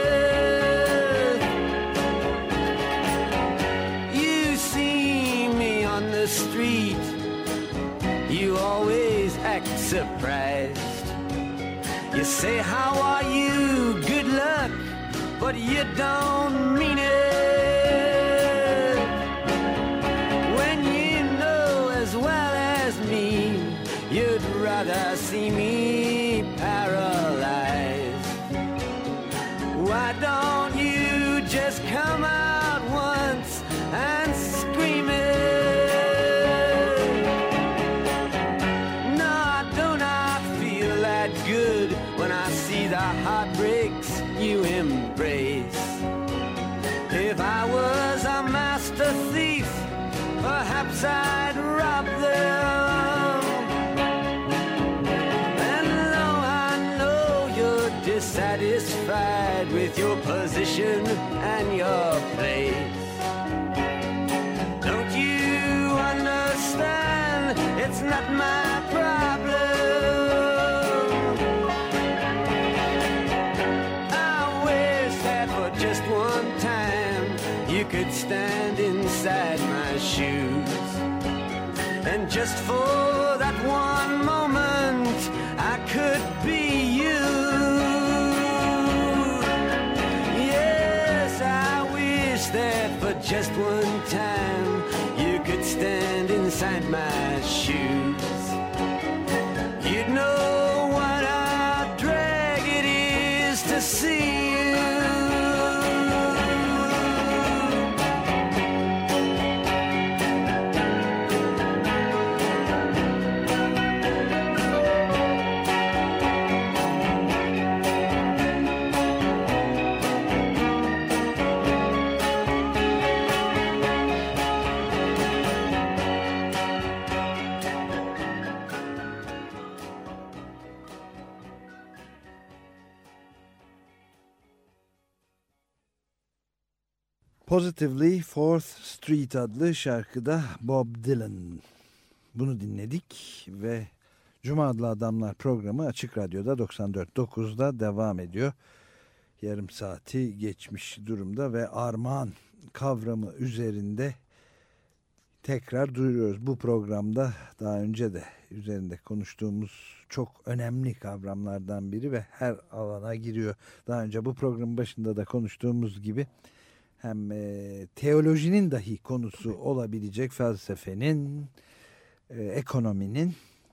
Street, you always act surprised. You say, how are you? Good luck, but you don't mean it. When you know as well as me, you'd rather see me paralyzed. Why don't you just come out once and scream it? Good when I see the heartbreaks you embrace. If I was a master thief, perhaps I'd rob them. And though I know you're dissatisfied with your position and your place, don't you understand it's not my problem? Just one time you could stand inside my shoes, and just for that one moment I could be you. Yes, I wish that for just one time you could stand inside my shoes. You'd know what a drag it is to see you. Positively Fourth Street adlı şarkıda Bob Dylan. Bunu dinledik ve Cuma Adlı Adamlar programı Açık Radyo'da doksan dört nokta dokuzda devam ediyor. Yarım saati geçmiş durumda ve armağan kavramı üzerinde tekrar duyuruyoruz. Bu programda daha önce de üzerinde konuştuğumuz çok önemli kavramlardan biri ve her alana giriyor. Daha önce bu programın başında da konuştuğumuz gibi hem e, teolojinin dahi konusu olabilecek, felsefenin, e, ekonominin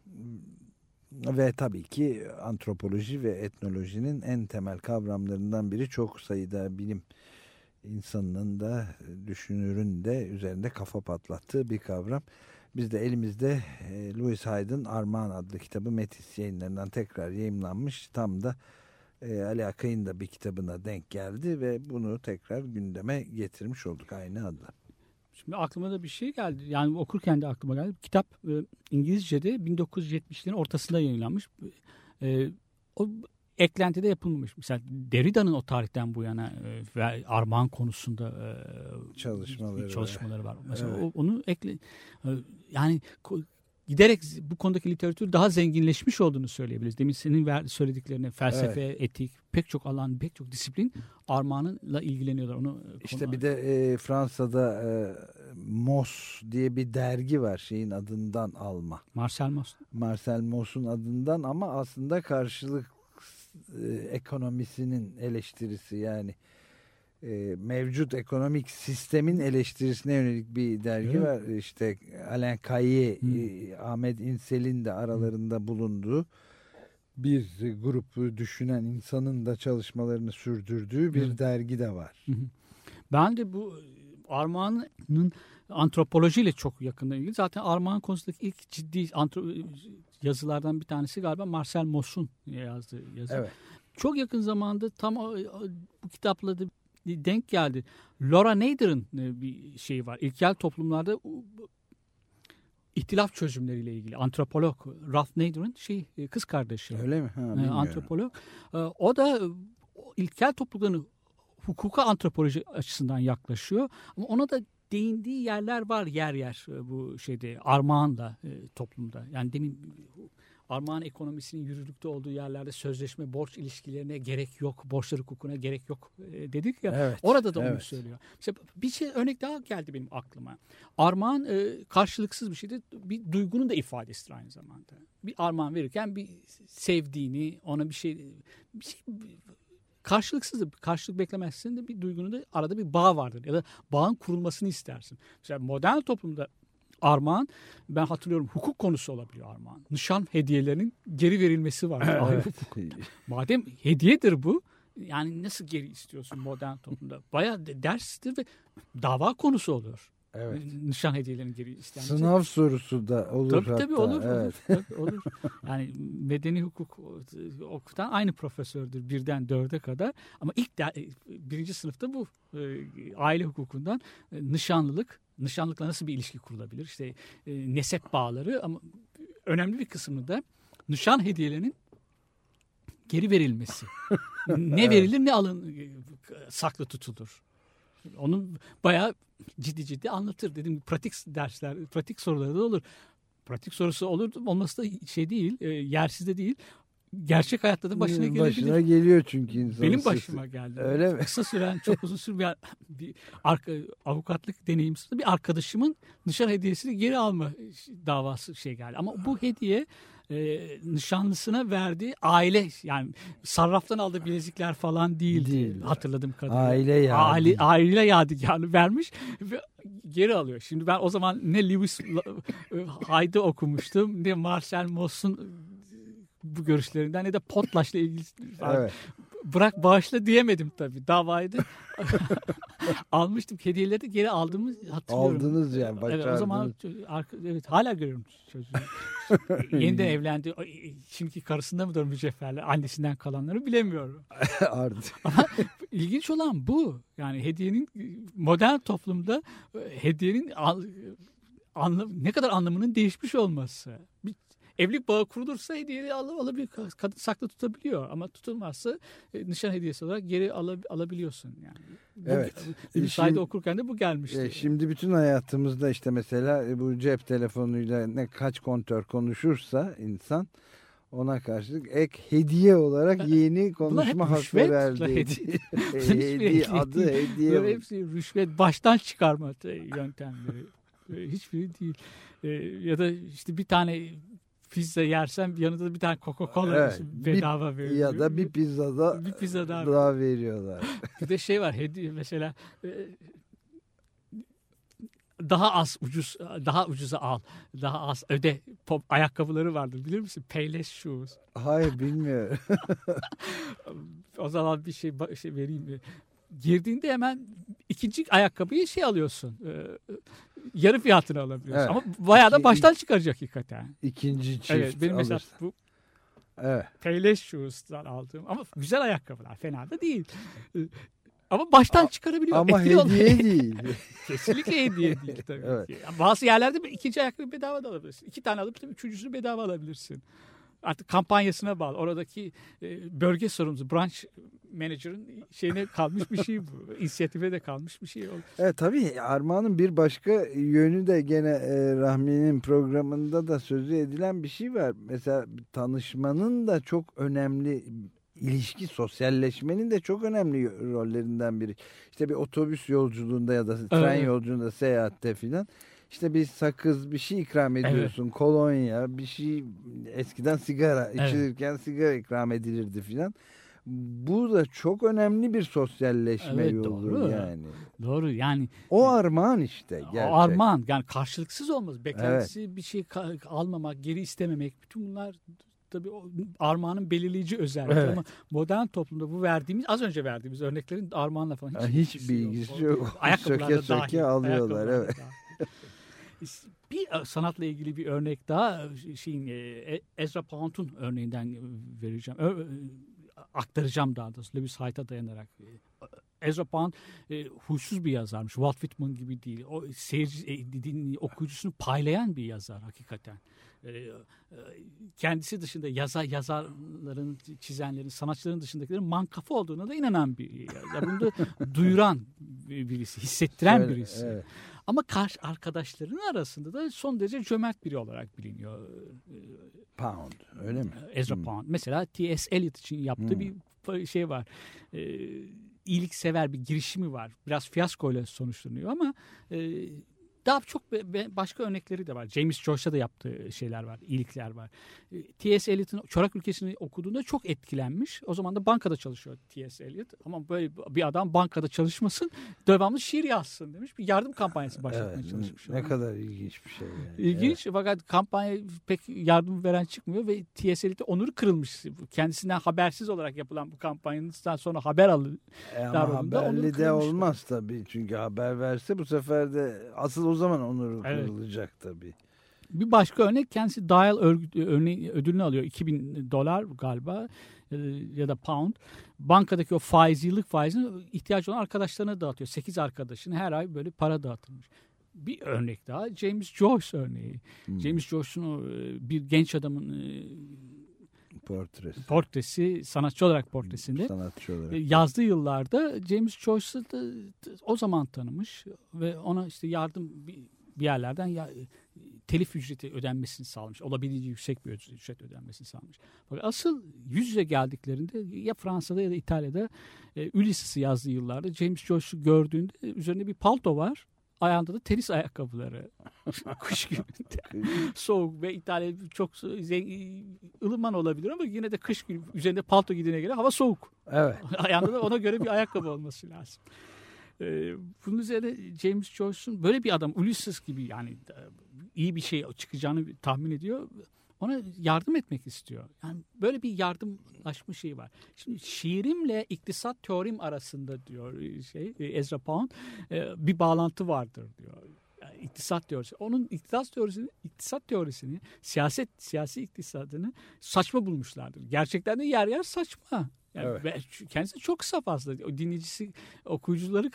ve tabii ki antropoloji ve etnolojinin en temel kavramlarından biri. Çok sayıda bilim insanının da, düşünürün de üzerinde kafa patlattığı bir kavram. Biz de elimizde e, Louis Hyde'ın Armağan adlı kitabı Metis Yayınları'ndan tekrar yayımlanmış. Tam da e, Ali Akay'ın da bir kitabına denk geldi ve bunu tekrar gündeme getirmiş olduk aynı adla. Şimdi aklıma da bir şey geldi. Yani okurken de aklıma geldi. Kitap e, İngilizce'de bin dokuz yüz yetmişlerin ortasında yayınlanmış. E, o eklentide yapılmamış. Mesela Derrida'nın o tarihten bu yana e, ve armağan konusunda e, çalışmaları, çalışmaları var. Mesela evet. o, onu ekle e, yani giderek bu konudaki literatür daha zenginleşmiş olduğunu söyleyebiliriz. Demin senin ver, söylediklerine felsefe, evet. etik, pek çok alan, pek çok disiplin armağanla ilgileniyorlar. Onu İşte bir de e, Fransa'da e, Mauss diye bir dergi var, şeyin adından alma. Marcel Mauss. Marcel Mauss'un adından ama aslında karşılık e, ekonomisinin eleştirisi, yani e, mevcut ekonomik sistemin eleştirisine yönelik bir dergi evet. var. İşte Alain Caillé, e, Ahmet İnsel'in de aralarında bulunduğu bir grup düşünen insanın da çalışmalarını sürdürdüğü bir Hı. dergi de var. Hı. Ben de bu Armağan'ın antropolojiyle çok yakından ilgili. Zaten Armağan konusundaki ilk ciddi yazılardan bir tanesi galiba Marcel Mauss'un yazdığı yazı. Evet. Çok yakın zamanda tam o, bu kitapla da denk geldi. Laura Nader'ın bir şeyi var. İlkel toplumlarda ihtilaf çözümleriyle ilgili antropolog Ralph Nader'ın şey kız kardeşi. Öyle mi? Ha, antropolog. O da ilkel toplumların hukuka antropoloji açısından yaklaşıyor. Ama ona da değindiği yerler var yer yer bu şeyde Armağan'la toplumda. Yani demin Armağan ekonomisinin yürürlükte olduğu yerlerde sözleşme, borç ilişkilerine gerek yok, borçlar hukukuna gerek yok dedik ya. Evet, orada da evet. onu söylüyor. İşte bir şey örnek daha geldi benim aklıma. Armağan e, karşılıksız bir şeydi. Bir duygunun da ifadesidir aynı zamanda. Bir armağan verirken bir sevdiğini, ona bir şey, bir şey karşılıksızdır. Karşılık beklemezsin de bir duygunun da arada bir bağ vardır. Ya da bağın kurulmasını istersin. Mesela modern toplumda armağan, ben hatırlıyorum, hukuk konusu olabiliyor armağan. Nişan hediyelerinin geri verilmesi var. Evet. Madem hediyedir bu, yani nasıl geri istiyorsun modern toplumda? Bayağı derstir ve dava konusu olur. Evet. Nişan hediyelerinin geri istenmesi. Sınav sorusu da olur tabii, hatta. Tabii olur. Evet. olur, tabii olur. Yani medeni hukuk okutan aynı profesördür birden dörde kadar. Ama ilk de, birinci sınıfta bu e, aile hukukundan e, nişanlılık, nişanlılıkla nasıl bir ilişki kurulabilir? İşte e, nesep bağları, ama önemli bir kısmı da nişan hediyelerinin geri verilmesi. Ne verilir ne alın saklı tutulur. Onun bayağı ciddi ciddi anlatır. Dediğim gibi pratik dersler, pratik soruları da olur. Pratik sorusu olur olması da şey değil, e, yersiz de değil. Gerçek hayatta da başına gelebilir. Başına geliyor çünkü insan. Benim başıma geldi. Öyle mi? Kısa süren, çok uzun süren bir, bir arka, avukatlık deneyimsiz bir arkadaşımın nişan hediyesini geri alma davası şey geldi. Ama bu hediye e, nişanlısına verdiği aile, yani sarraftan aldığı bilezikler falan değildi. Değil. Hatırladığım kadarıyla. Aile yadigarı. Aile, aile yadigarı vermiş ve geri alıyor. Şimdi ben o zaman ne Lewis Hyde'ı okumuştum, ne Marcel Mauss'un bu görüşlerinden, ne de Potlatch'la ilgili evet. bırak bağışla diyemedim tabii. Davaydı. Almıştım. Hediyeleri de geri aldığımı hatırlıyorum. Aldınız yani. Evet, o zaman evet, hala görüyorum çocuğu. Yeniden evlendi. Şimdiki karısında mıdır mücevherler? Annesinden kalanları bilemiyorum. Artık. Ama ilginç olan bu. Yani hediyenin modern toplumda hediyenin anlam, ne kadar anlamının değişmiş olması. Bir evlilik bağı kurulursa hediyeyi alıp alabilir, kadın saklı tutabiliyor, ama tutulmazsa e, nişan hediyesi olarak geri alab, alabiliyorsun yani. Evet. Bir sayede okurken de bu gelmişti. E, şimdi bütün hayatımızda işte mesela bu cep telefonuyla ne kaç kontör konuşursa insan, ona karşılık ek hediye olarak yeni konuşma hakkı verdi. Hediye. hediye adı hediye. Hepsi rüşvet, baştan çıkarma yöntemleri. Hiçbiri değil. E, ya da işte bir tane pizza yersem yanında da bir tane Coca-Cola evet, bedava veriyor. Ya da bir pizzada bir pizza daha, daha veriyorlar. Bir de şey var, hediye mesela daha az ucuz, daha ucuza al, daha az öde pop ayakkabıları vardır, bilir misin? Payless shoes. Hayır, bilmiyorum. O zaman bir şey, şey vereyim. Girdiğinde hemen ikinci ayakkabıyı şey alıyorsun. E, yarı fiyatını alabiliyorsun. Evet. Ama bayağı da baştan çıkaracak hakikaten. İkinci çift evet, benim mesela alırsın. Bu evet. Payless shoes'tan aldığım, ama güzel ayakkabılar, fena da değil. Ama baştan çıkarabiliyor. Ama Etkili hediye olan. Değil. Kesinlikle hediye değil tabii evet. ki. Bazı yerlerde ikinci ayakkabı bedava da alabilirsin. İki tane alıp üçüncüsünü bedava alabilirsin. artık kampanyasına bağlı. Oradaki e, bölge sorumlusu, branch manager'ın şeyine kalmış bir şey bu. İnisiyatife de kalmış bir şey oldu. Evet tabii Armağan'ın bir başka yönü de gene e, Rahmi'nin programında da sözü edilen bir şey var. Mesela tanışmanın da çok önemli, ilişki, sosyalleşmenin de çok önemli rollerinden biri. İşte bir otobüs yolculuğunda ya da tren evet. yolculuğunda, seyahatte filan. İşte bir sakız, bir şey ikram ediyorsun. Evet. Kolonya, bir şey, eskiden sigara içilirken evet. sigara ikram edilirdi filan. Bu da çok önemli bir sosyalleşme evet, yolu doğru. yani. Doğru yani. O armağan işte gerçek. O armağan yani karşılıksız olmaz. Beklentisi evet. bir şey almamak, geri istememek, bütün bunlar tabii o armağanın belirleyici özelliği. Evet. Ama modern toplumda bu verdiğimiz, az önce verdiğimiz örneklerin armağanla falan hiç, hiç bilgisi yok. yok. Ayakkabılarda söke söke dahil, alıyorlar. Evet. Bir sanatla ilgili bir örnek daha şeyin Ezra Pound'un örneğinden vereceğim. Aktaracağım daha doğrusu Lewis Hyde'a dayanarak. Ezra Pound e, huysuz bir yazarmış. Walt Whitman gibi değil. O seyirci, e, din, okuyucusunu paylayan bir yazar hakikaten. E, e, kendisi dışında yazar, yazarların, çizenlerin, sanatçıların dışındakilerin mankafa olduğuna da inanan bir yazar. Bunu da duyuran birisi, hissettiren Şöyle, birisi. Evet. Ama karşı arkadaşlarının arasında da son derece cömert biri olarak biliniyor. Pound, öyle mi? Ezra hmm. Pound. Mesela T S Eliot için yaptığı hmm. bir şey var. Ee, iyiliksever bir girişimi var. Biraz fiyaskoyla sonuçlanıyor ama e, daha çok başka örnekleri de var. James Joyce'a da yaptığı şeyler var, iyilikler var. T S Eliot'un Çorak Ülkesi'ni okuduğunda çok etkilenmiş. O zaman da bankada çalışıyor T S Eliot. Ama böyle bir adam bankada çalışmasın, devamlı şiir yazsın demiş. Bir yardım kampanyası başlatmaya evet, çalışmış. Ne kadar ilginç bir şey yani. İlginç evet. Fakat kampanya pek yardım veren çıkmıyor ve T S Eliot'un onuru kırılmış. Kendisinden habersiz olarak yapılan bu kampanyanın sonra haber alır. E ama haberli de olmaz tabii. Çünkü haber verse bu sefer de asıl o zaman onuru evet. kırılacak tabii. Bir başka örnek kendisi Dial örneği, ödülünü alıyor. iki bin dolar galiba ya da pound. Bankadaki o faiz, yıllık faizini ihtiyacı olan arkadaşlarına dağıtıyor. sekiz arkadaşına her ay böyle para dağıtılmış. Bir örnek daha James Joyce örneği. Hmm. James Joyce'un bir genç adamın portresi, portresi sanatçı olarak portresinde sanatçı olarak yazdığı yıllarda James Joyce'ı da o zaman tanımış ve ona işte yardım bir, bir yerlerden ya, telif ücreti ödenmesini sağlamış. Olabildiğince yüksek bir ücret ödenmesini sağlamış. Fakat asıl yüz yüze geldiklerinde ya Fransa'da ya da İtalya'da e, Ulysses'i yazdığı yıllarda James Joyce'u gördüğünde üzerinde bir palto var. Ayağında da tenis ayakkabıları. Kış gününde. Soğuk ve İtalya çok ılıman olabilir ama yine de kış günü üzerinde palto giydiğine göre hava soğuk. Evet. Ayağında da ona göre bir ayakkabı olması lazım. Ee, bunun üzerine James Joyce'un böyle bir adam Ulysses gibi yani iyi bir şey çıkacağını tahmin ediyor. Ona yardım etmek istiyor. Yani böyle bir yardımlaşma şeyi var. Şimdi şiirimle iktisat teorim arasında diyor şey Ezra Pound bir bağlantı vardır diyor. Yani iktisat teorisi. Onun iktisat teorisini, iktisat teorisini, siyaset siyasi iktisadını saçma bulmuşlardır. Gerçekten de yer yer saçma. Yani evet. Kendisi çok kısa fazla. O dinleyicisi, okuyucuları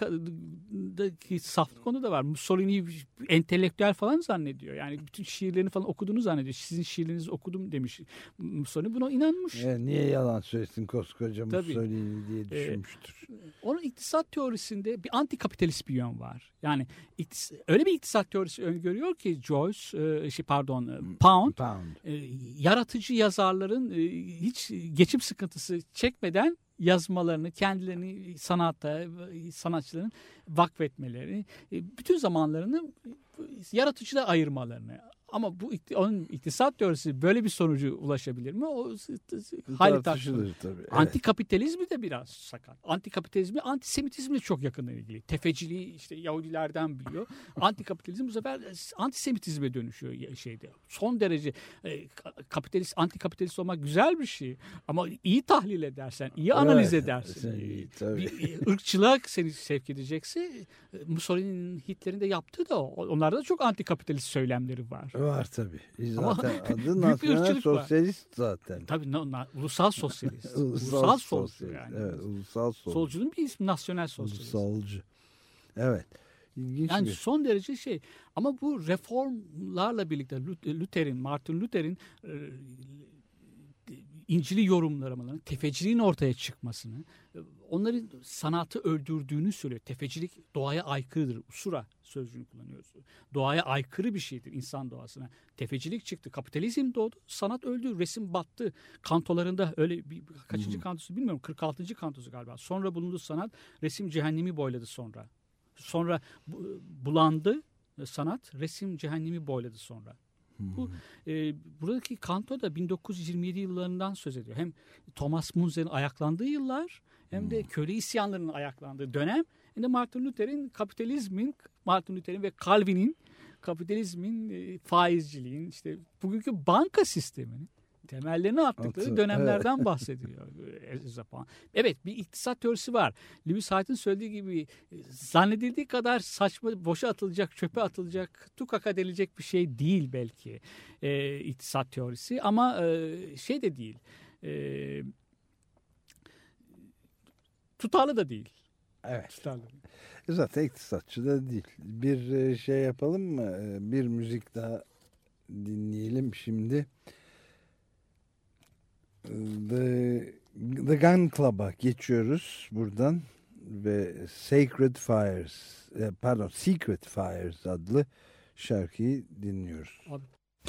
ki saflık onu da var. Mussolini entelektüel falan zannediyor. Yani bütün şiirlerini falan okuduğunu zannediyor. Sizin şiirlerinizi okudum demiş Mussolini. Buna inanmış. E, niye yalan söylesin koskoca Tabii. Mussolini diye düşünmüştür. Ee, onun iktisat teorisinde bir antikapitalist bir yön var. Yani iktis- öyle bir iktisat teorisi öngörüyor ki Joyce, e, şey pardon Pound, Pound. E, yaratıcı yazarların e, hiç geçim sıkıntısı çekmeden yazmalarını, kendilerini sanatta, sanatçıların vakfetmeleri, bütün zamanlarını yaratıcıda ayırmalarını. Ama bu onun iktisat teorisi böyle bir sonucu ulaşabilir mi? O hali tartışılır tabii. Evet. Antikapitalizmi de biraz sakat. Antikapitalizmi antisemitizmle çok yakından ilgili. Tefeciliği işte Yahudilerden biliyor. Antikapitalizm bu sefer antisemitizme dönüşüyor şeyde. Son derece e, kapitalist, antikapitalist olmak güzel bir şey. Ama iyi tahlil edersen, iyi analiz evet, edersin. Sen, bir ırkçılığa seni sevk edecekse Mussolini'nin, Hitler'in de yaptığı da onlarda da çok antikapitalist söylemleri var. Var tabii. Zaten adı nasyonel sosyalist var. Zaten. Tabii no, no, ulusal sosyalist. ulusal, ulusal solcu yani. Evet, ulusal solcu. Solcunun bir ismi nasyonel sosyalist. Ulusalcı. Evet. İlginç yani bir. son derece şey. Ama bu reformlarla birlikte Luther'in, Martin Luther'in İncil'i yorumlamalarını, tefeciliğin ortaya çıkmasını, onların sanatı öldürdüğünü söylüyor. Tefecilik doğaya aykırıdır. Usura sözcüğünü kullanıyoruz. Doğaya aykırı bir şeydir insan doğasına. Tefecilik çıktı. Kapitalizm doğdu. Sanat öldü. Resim battı. Kantolarında öyle bir kaçıncı hmm. kantosu bilmiyorum. kırk altıncı kantosu galiba. Sonra bulundu sanat. Resim cehennemi boyladı sonra. Sonra bulandı sanat. Resim cehennemi boyladı sonra. Bu e, buradaki kanto da bin dokuz yüz yirmi yedi yıllarından söz ediyor. Hem Thomas Munzer'in ayaklandığı yıllar hem de köle isyanlarının ayaklandığı dönem hem de Martin Luther'in kapitalizmin, Martin Luther'in ve Calvin'in kapitalizmin, e, faizciliğin, işte bugünkü banka sisteminin temellerini attıkları Atı, dönemlerden evet. bahsediyor. Evet, bir iktisat teorisi var. Lewis Hyde'ın söylediği gibi zannedildiği kadar saçma, boşa atılacak, çöpe atılacak, tukaka denilecek bir şey değil belki e, iktisat teorisi. Ama e, şey de değil, e, tutarlı da değil. Evet. Tutarlı değil. Zaten iktisatçı da değil. Bir şey yapalım mı? Bir müzik daha dinleyelim şimdi. The, The Gun Club'a geçiyoruz buradan ve Sacred Fires, pardon Secret Fires adlı şarkıyı dinliyoruz. Abi.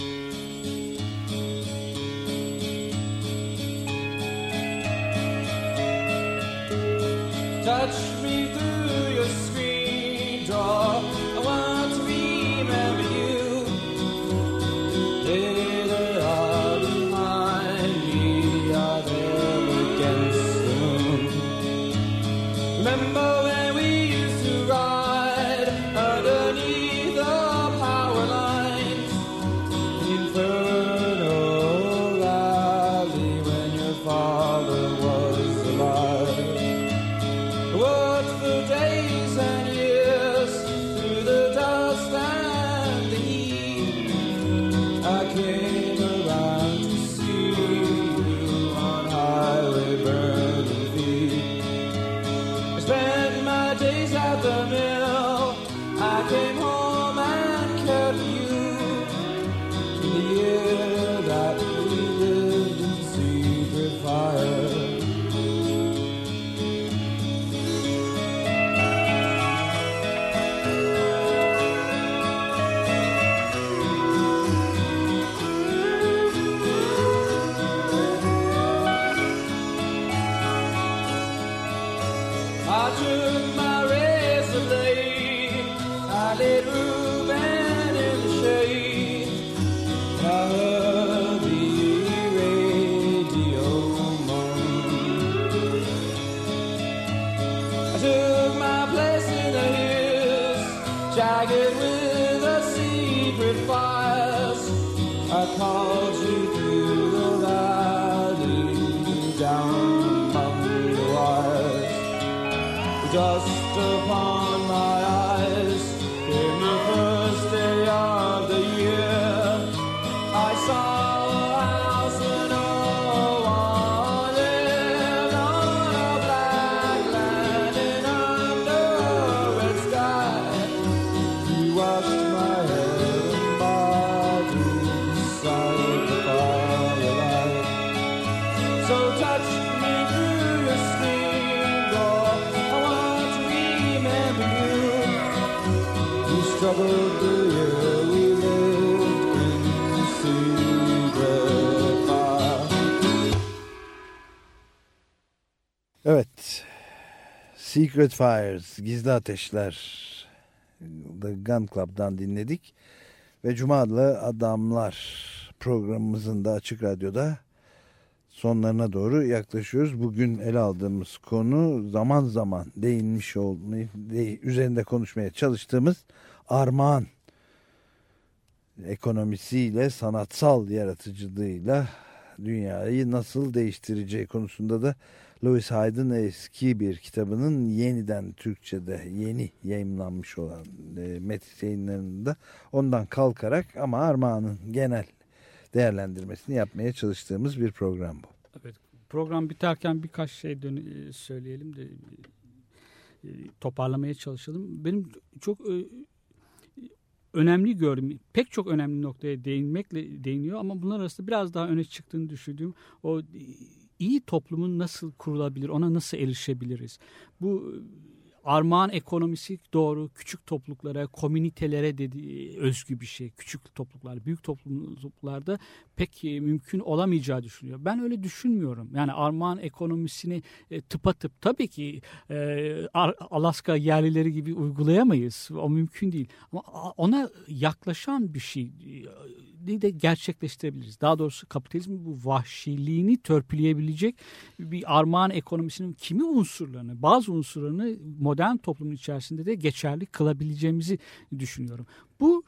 Touch me through your screen door. I want to remember you. Later on behind me are there against the moon. Remember when we used to ride underneath the power lines in Inferno Valley when your father was alive. What's the days and years through the dust and the heat? I came around to see you on highway burning feet. I spent my days at the mill. I came home and cared for you. In the year that we lived in secret fire. I took my razor blade, I laid Reuben in the shade, and I heard the radio moan. I took my place in the hills, jagged with the secret fires. I called you through the valley, down among the wires. Dust upon my eyes in the first day of the year. I saw a house where no one lived on a black land and under a red sky. You washed my head and body beside the firelight. So touch me through your screen door. Struggled the year we lived in secret fire. Evet, Secret Fires, Gizli Ateşler, The Gun Club'dan dinledik ve Cuma adlı Adamlar programımızın da Açık Radyo'da sonlarına doğru yaklaşıyoruz. Bugün ele aldığımız konu zaman zaman değinmiş olmayı, üzerinde konuşmaya çalıştığımız armağan ekonomisiyle, sanatsal yaratıcılığıyla dünyayı nasıl değiştireceği konusunda da Lewis Hyde'ın eski bir kitabının yeniden Türkçe'de yeni yayımlanmış olan e, Metis yayınlarında ondan kalkarak ama armağanın genel değerlendirmesini yapmaya çalıştığımız bir program bu. Evet, program biterken birkaç şey dön- söyleyelim de e, toparlamaya çalışalım. Benim çok e, önemli gördüm. Pek çok önemli noktaya değinmekle değiniyor ama bunlar arasında biraz daha öne çıktığını düşündüğüm o iyi toplumun nasıl kurulabilir, ona nasıl erişebiliriz? Bu armağan ekonomisi doğru, küçük topluluklara, komünitelere dedi, özgü bir şey. Küçük topluluklar, büyük topluluklarda pek e, mümkün olamayacağı düşünüyor. Ben öyle düşünmüyorum. Yani armağan ekonomisini e, tıpatıp tabii ki e, Alaska yerlileri gibi uygulayamayız. O mümkün değil. Ama ona yaklaşan bir şey e, de gerçekleştirebiliriz. Daha doğrusu kapitalizmin bu vahşiliğini törpüleyebilecek bir armağan ekonomisinin kimi unsurlarını, bazı unsurlarını modern toplumun içerisinde de geçerli kılabileceğimizi düşünüyorum. Bu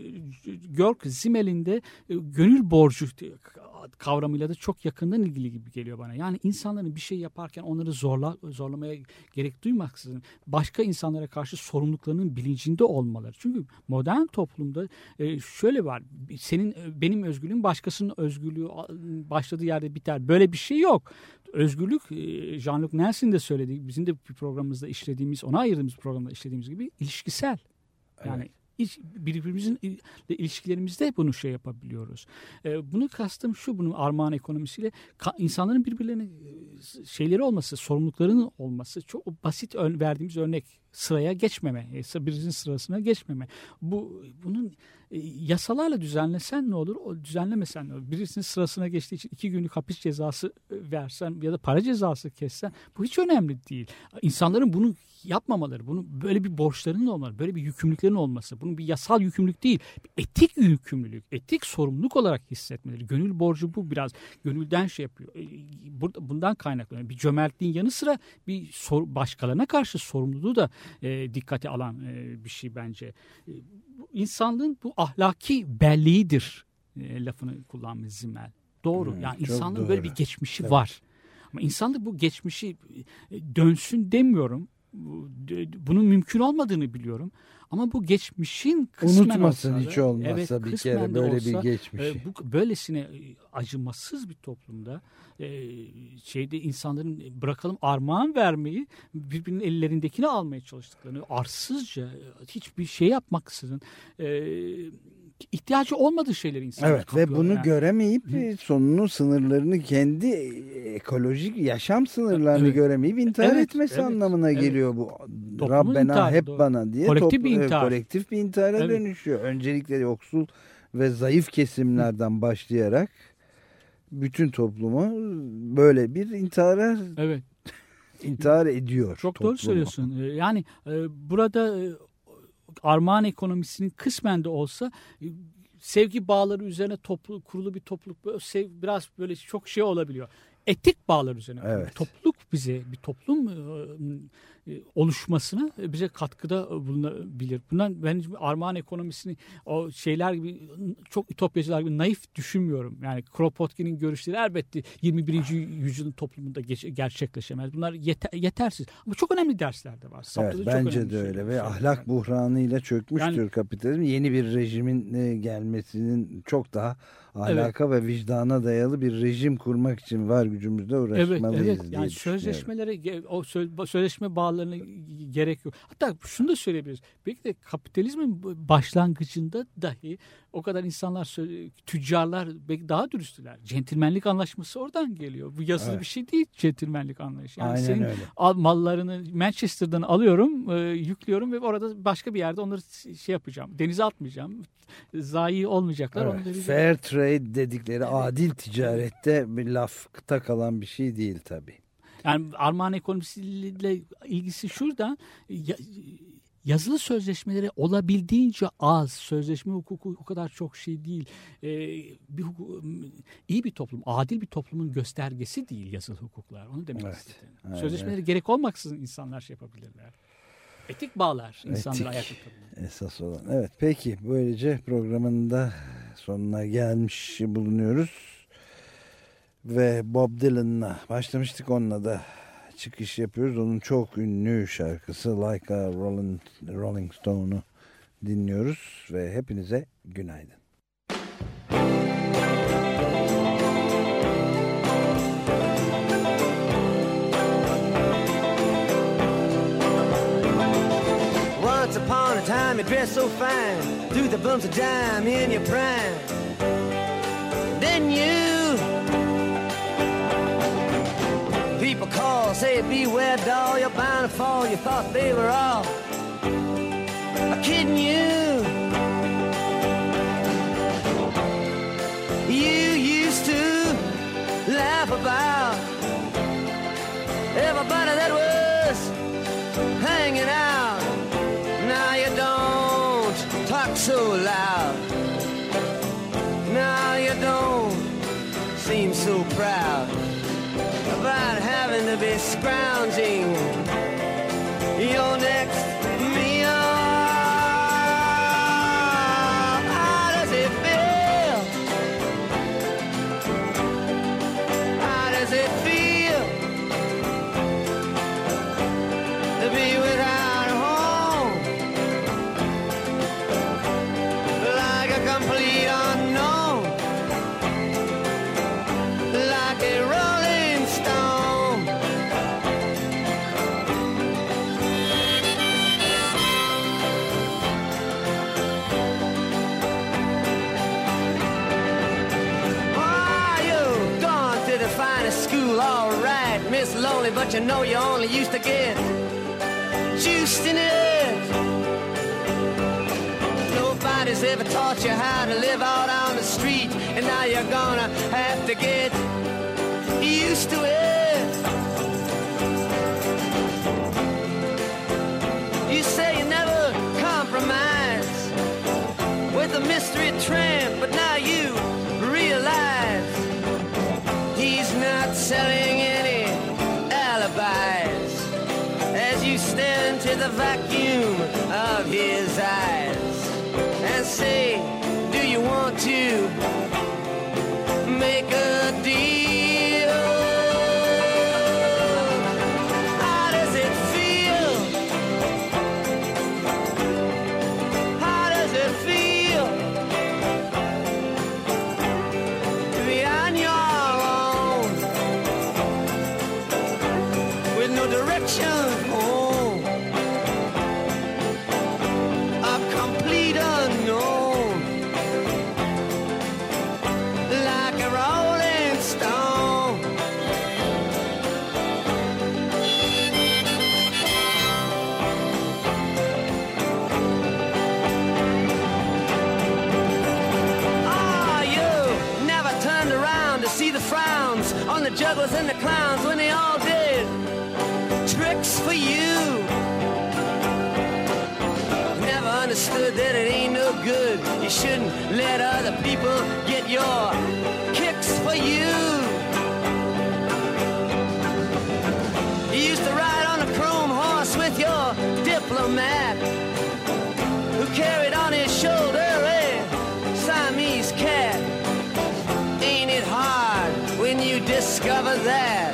Georg Simmels'in de gönül borcu kavramıyla da çok yakından ilgili gibi geliyor bana. Yani insanların bir şey yaparken onları zorla, zorlamaya gerek duymaksızın başka insanlara karşı sorumluluklarının bilincinde olmaları. Çünkü modern toplumda şöyle var. Senin benim özgürlüğüm başkasının özgürlüğü başladığı yerde biter. Böyle bir şey yok. Özgürlük, Jean-Luc Nancy'nin de söylediği, bizim de bir programımızda işlediğimiz, ona ayırdığımız programda işlediğimiz gibi ilişkisel. Yani evet. Birbirimizin ilişkilerimizde bunu şey yapabiliyoruz. Bunu kastım şu, bunun armağan ekonomisiyle insanların birbirlerine şeyleri olması, sorumluluklarının olması, çok basit verdiğimiz örnek, sıraya geçmeme, birisinin sırasına geçmeme. Bu bunun yasalarla düzenlesen ne olur, o düzenlemesen ne olur? Birisinin sırasına geçtiği için iki günlük hapis cezası versen ya da para cezası kessen bu hiç önemli değil. İnsanların bunu yapmamaları, bunu böyle bir borçlarının olmaları, böyle bir yükümlülüklerinin olması, bunun bir yasal yükümlülük değil, bir etik yükümlülük, etik sorumluluk olarak hissetmeleri. Gönül borcu bu, biraz gönülden şey yapıyor. Burada bundan kaynaklanıyor. Bir cömertliğin yanı sıra bir sor, başkalarına karşı sorumluluğu da e, dikkate alan e, bir şey bence. E, insanlığın bu ahlaki belleğidir e, lafını kullanmış Simmel. Doğru. Hmm, yani insanlığın doğru. Böyle bir geçmişi evet. var. Ama insanlık bu geçmişi dönsün demiyorum. Bunun mümkün olmadığını biliyorum. Ama bu geçmişin kısmen unutmasın olsa, hiç olmazsa evet, bir kere böyle olsa, bir geçmişi. E, bu böylesine acımasız bir toplumda e, şeyde insanların bırakalım armağan vermeyi, birbirinin ellerindekini almaya çalıştıklarını, arsızca hiçbir şey yapmaksızın e, ihtiyacı olmadığı şeyleri insanlar evet, ve bunu yani. göremeyip Hı. sonunu, sınırlarını, kendi ekolojik yaşam sınırlarını evet. göremeyip intihar evet, etmesi evet, anlamına evet. geliyor bu. Toplumun Rabbena intiharı, hep doğru. bana diye kolektif, toplu, bir, intihar. kolektif bir intihara evet. dönüşüyor. Öncelikle yoksul ve zayıf kesimlerden Hı. başlayarak bütün toplumu böyle bir intihara evet. intihar ediyor. Çok toplumu. Doğru söylüyorsun. Yani e, burada e, armağan ekonomisinin kısmen de olsa sevgi bağları üzerine toplu, kurulu bir topluluk sev, biraz böyle çok şey olabiliyor. Etik bağlar üzerine. Evet. Topluluk bize, bir toplum e, oluşmasına bize katkıda bulunabilir. Bundan ben armağan ekonomisini o şeyler gibi çok ütopyacılar gibi naif düşünmüyorum. Yani Kropotkin'in görüşleri elbette yirmi birinci yüzyılın toplumunda geç, gerçekleşemez. Bunlar yeter, yetersiz. Ama çok önemli dersler de var. Evet, bence de öyle ve ahlak buhranıyla çökmüştür yani, kapitalizm. Yeni bir rejimin gelmesinin çok daha ahlaka evet. ve vicdana dayalı bir rejim kurmak için var gücümüzde uğraşmalıyız. Evet, evet. Yani sözleşmelere, o sözleşme bağlarına gerek yok. Hatta şunu da söyleyebiliriz. Belki de kapitalizmin başlangıcında dahi o kadar insanlar, tüccarlar belki daha dürüsttüler. Centilmenlik anlaşması oradan geliyor. Bu yazılı evet. bir şey değil centilmenlik anlayışı. Yani aynen senin öyle. mallarını Manchester'dan alıyorum, e, yüklüyorum ve orada başka bir yerde onları şey yapacağım. Denize atmayacağım. Zayi olmayacaklar. Evet. Onları... Fair trade dedikleri evet. adil ticarette bir lafta kalan bir şey değil tabii. Yani armağan ekonomisiyle ilgisi şurada, yazılı sözleşmeleri olabildiğince az, sözleşme hukuku o kadar çok şey değil. Ee, bir hukuku, iyi bir toplum, adil bir toplumun göstergesi değil yazılı hukuklar. Onu demek evet. istedim. Evet. Sözleşmeleri gerek olmaksızın insanlar şey yapabilirler. Etik bağlar insanları ayakta tutabilir. Esas olan. Evet, peki böylece programın da sonuna gelmiş bulunuyoruz. Ve Bob Dylan'la başlamıştık, onunla da çıkış yapıyoruz. Onun çok ünlü şarkısı Like a Rolling, Rolling Stone'u dinliyoruz ve hepinize günaydın. Once upon a time me dress so fine, threw the bumps of dime in your prime. Then you, people call, say beware doll, you're bound to fall. You thought they were all kidding you. You used to laugh about everybody that was hanging out. Now you don't talk so loud. Now you don't seem so proud about having to be scrounging your next meal. How does it feel? How does it feel to be without a home? Like a complete unknown, like a rolling stone. Oh, you've gone to the finest school, all right, Miss Lonely, but you know you only used to get juiced in it. Nobody's ever taught you how to live out on the street, and now you're gonna have to get used to it. You say you never compromise with a mystery tramp, but now you realize he's not selling any alibis as you stare into the vacuum of his eyes and say, do you want to make a deal? How does it feel? How does it feel to be on your own with no direction home? A complete unknown, like a rolling stone. Ah, you never turned around to see the frowns on the jugglers and the clowns when they all did tricks for you. Never understood that it ain't no good. You shouldn't let other people get your kicks for you. You used to ride on a chrome horse with your diplomat, who carried on his shoulder a Siamese cat. Ain't it hard when you discover that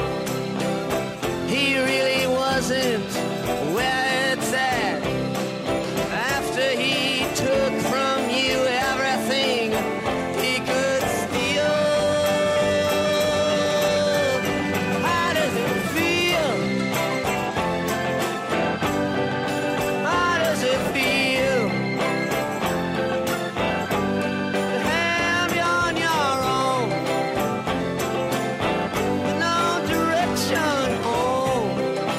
he really wasn't where it's at? After he took from you everything he could steal. How does it feel? How does it feel to have you on your own with no direction home,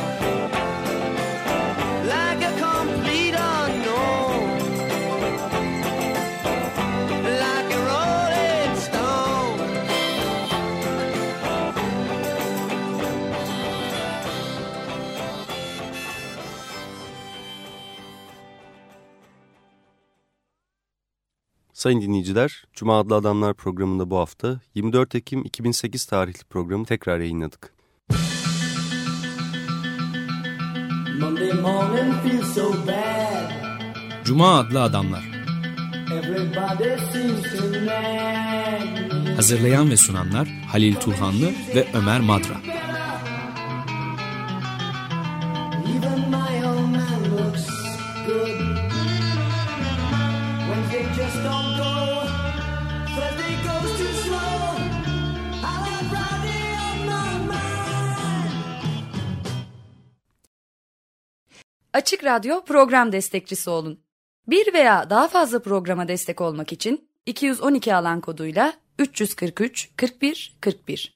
like a complete unknown, like a rolling stone? Sayın dinleyiciler, Cuma Adlı Adamlar programında bu hafta yirmi dört Ekim iki bin sekiz tarihli programı tekrar yayınladık. Monday morning feels so bad. Cuma Adlı Adamlar. Everybody seems to nag me. Hazırlayan ve sunanlar Halil Turhanlı ve Ömer Madra. Even my old man looks good. Wednesday just don't go. Thursday goes too slow. I want Friday on my mind. Açık Radyo program destekçisi olun. Bir veya daha fazla programa destek olmak için iki yüz on iki alan koduyla üç yüz kırk üç kırk bir kırk bir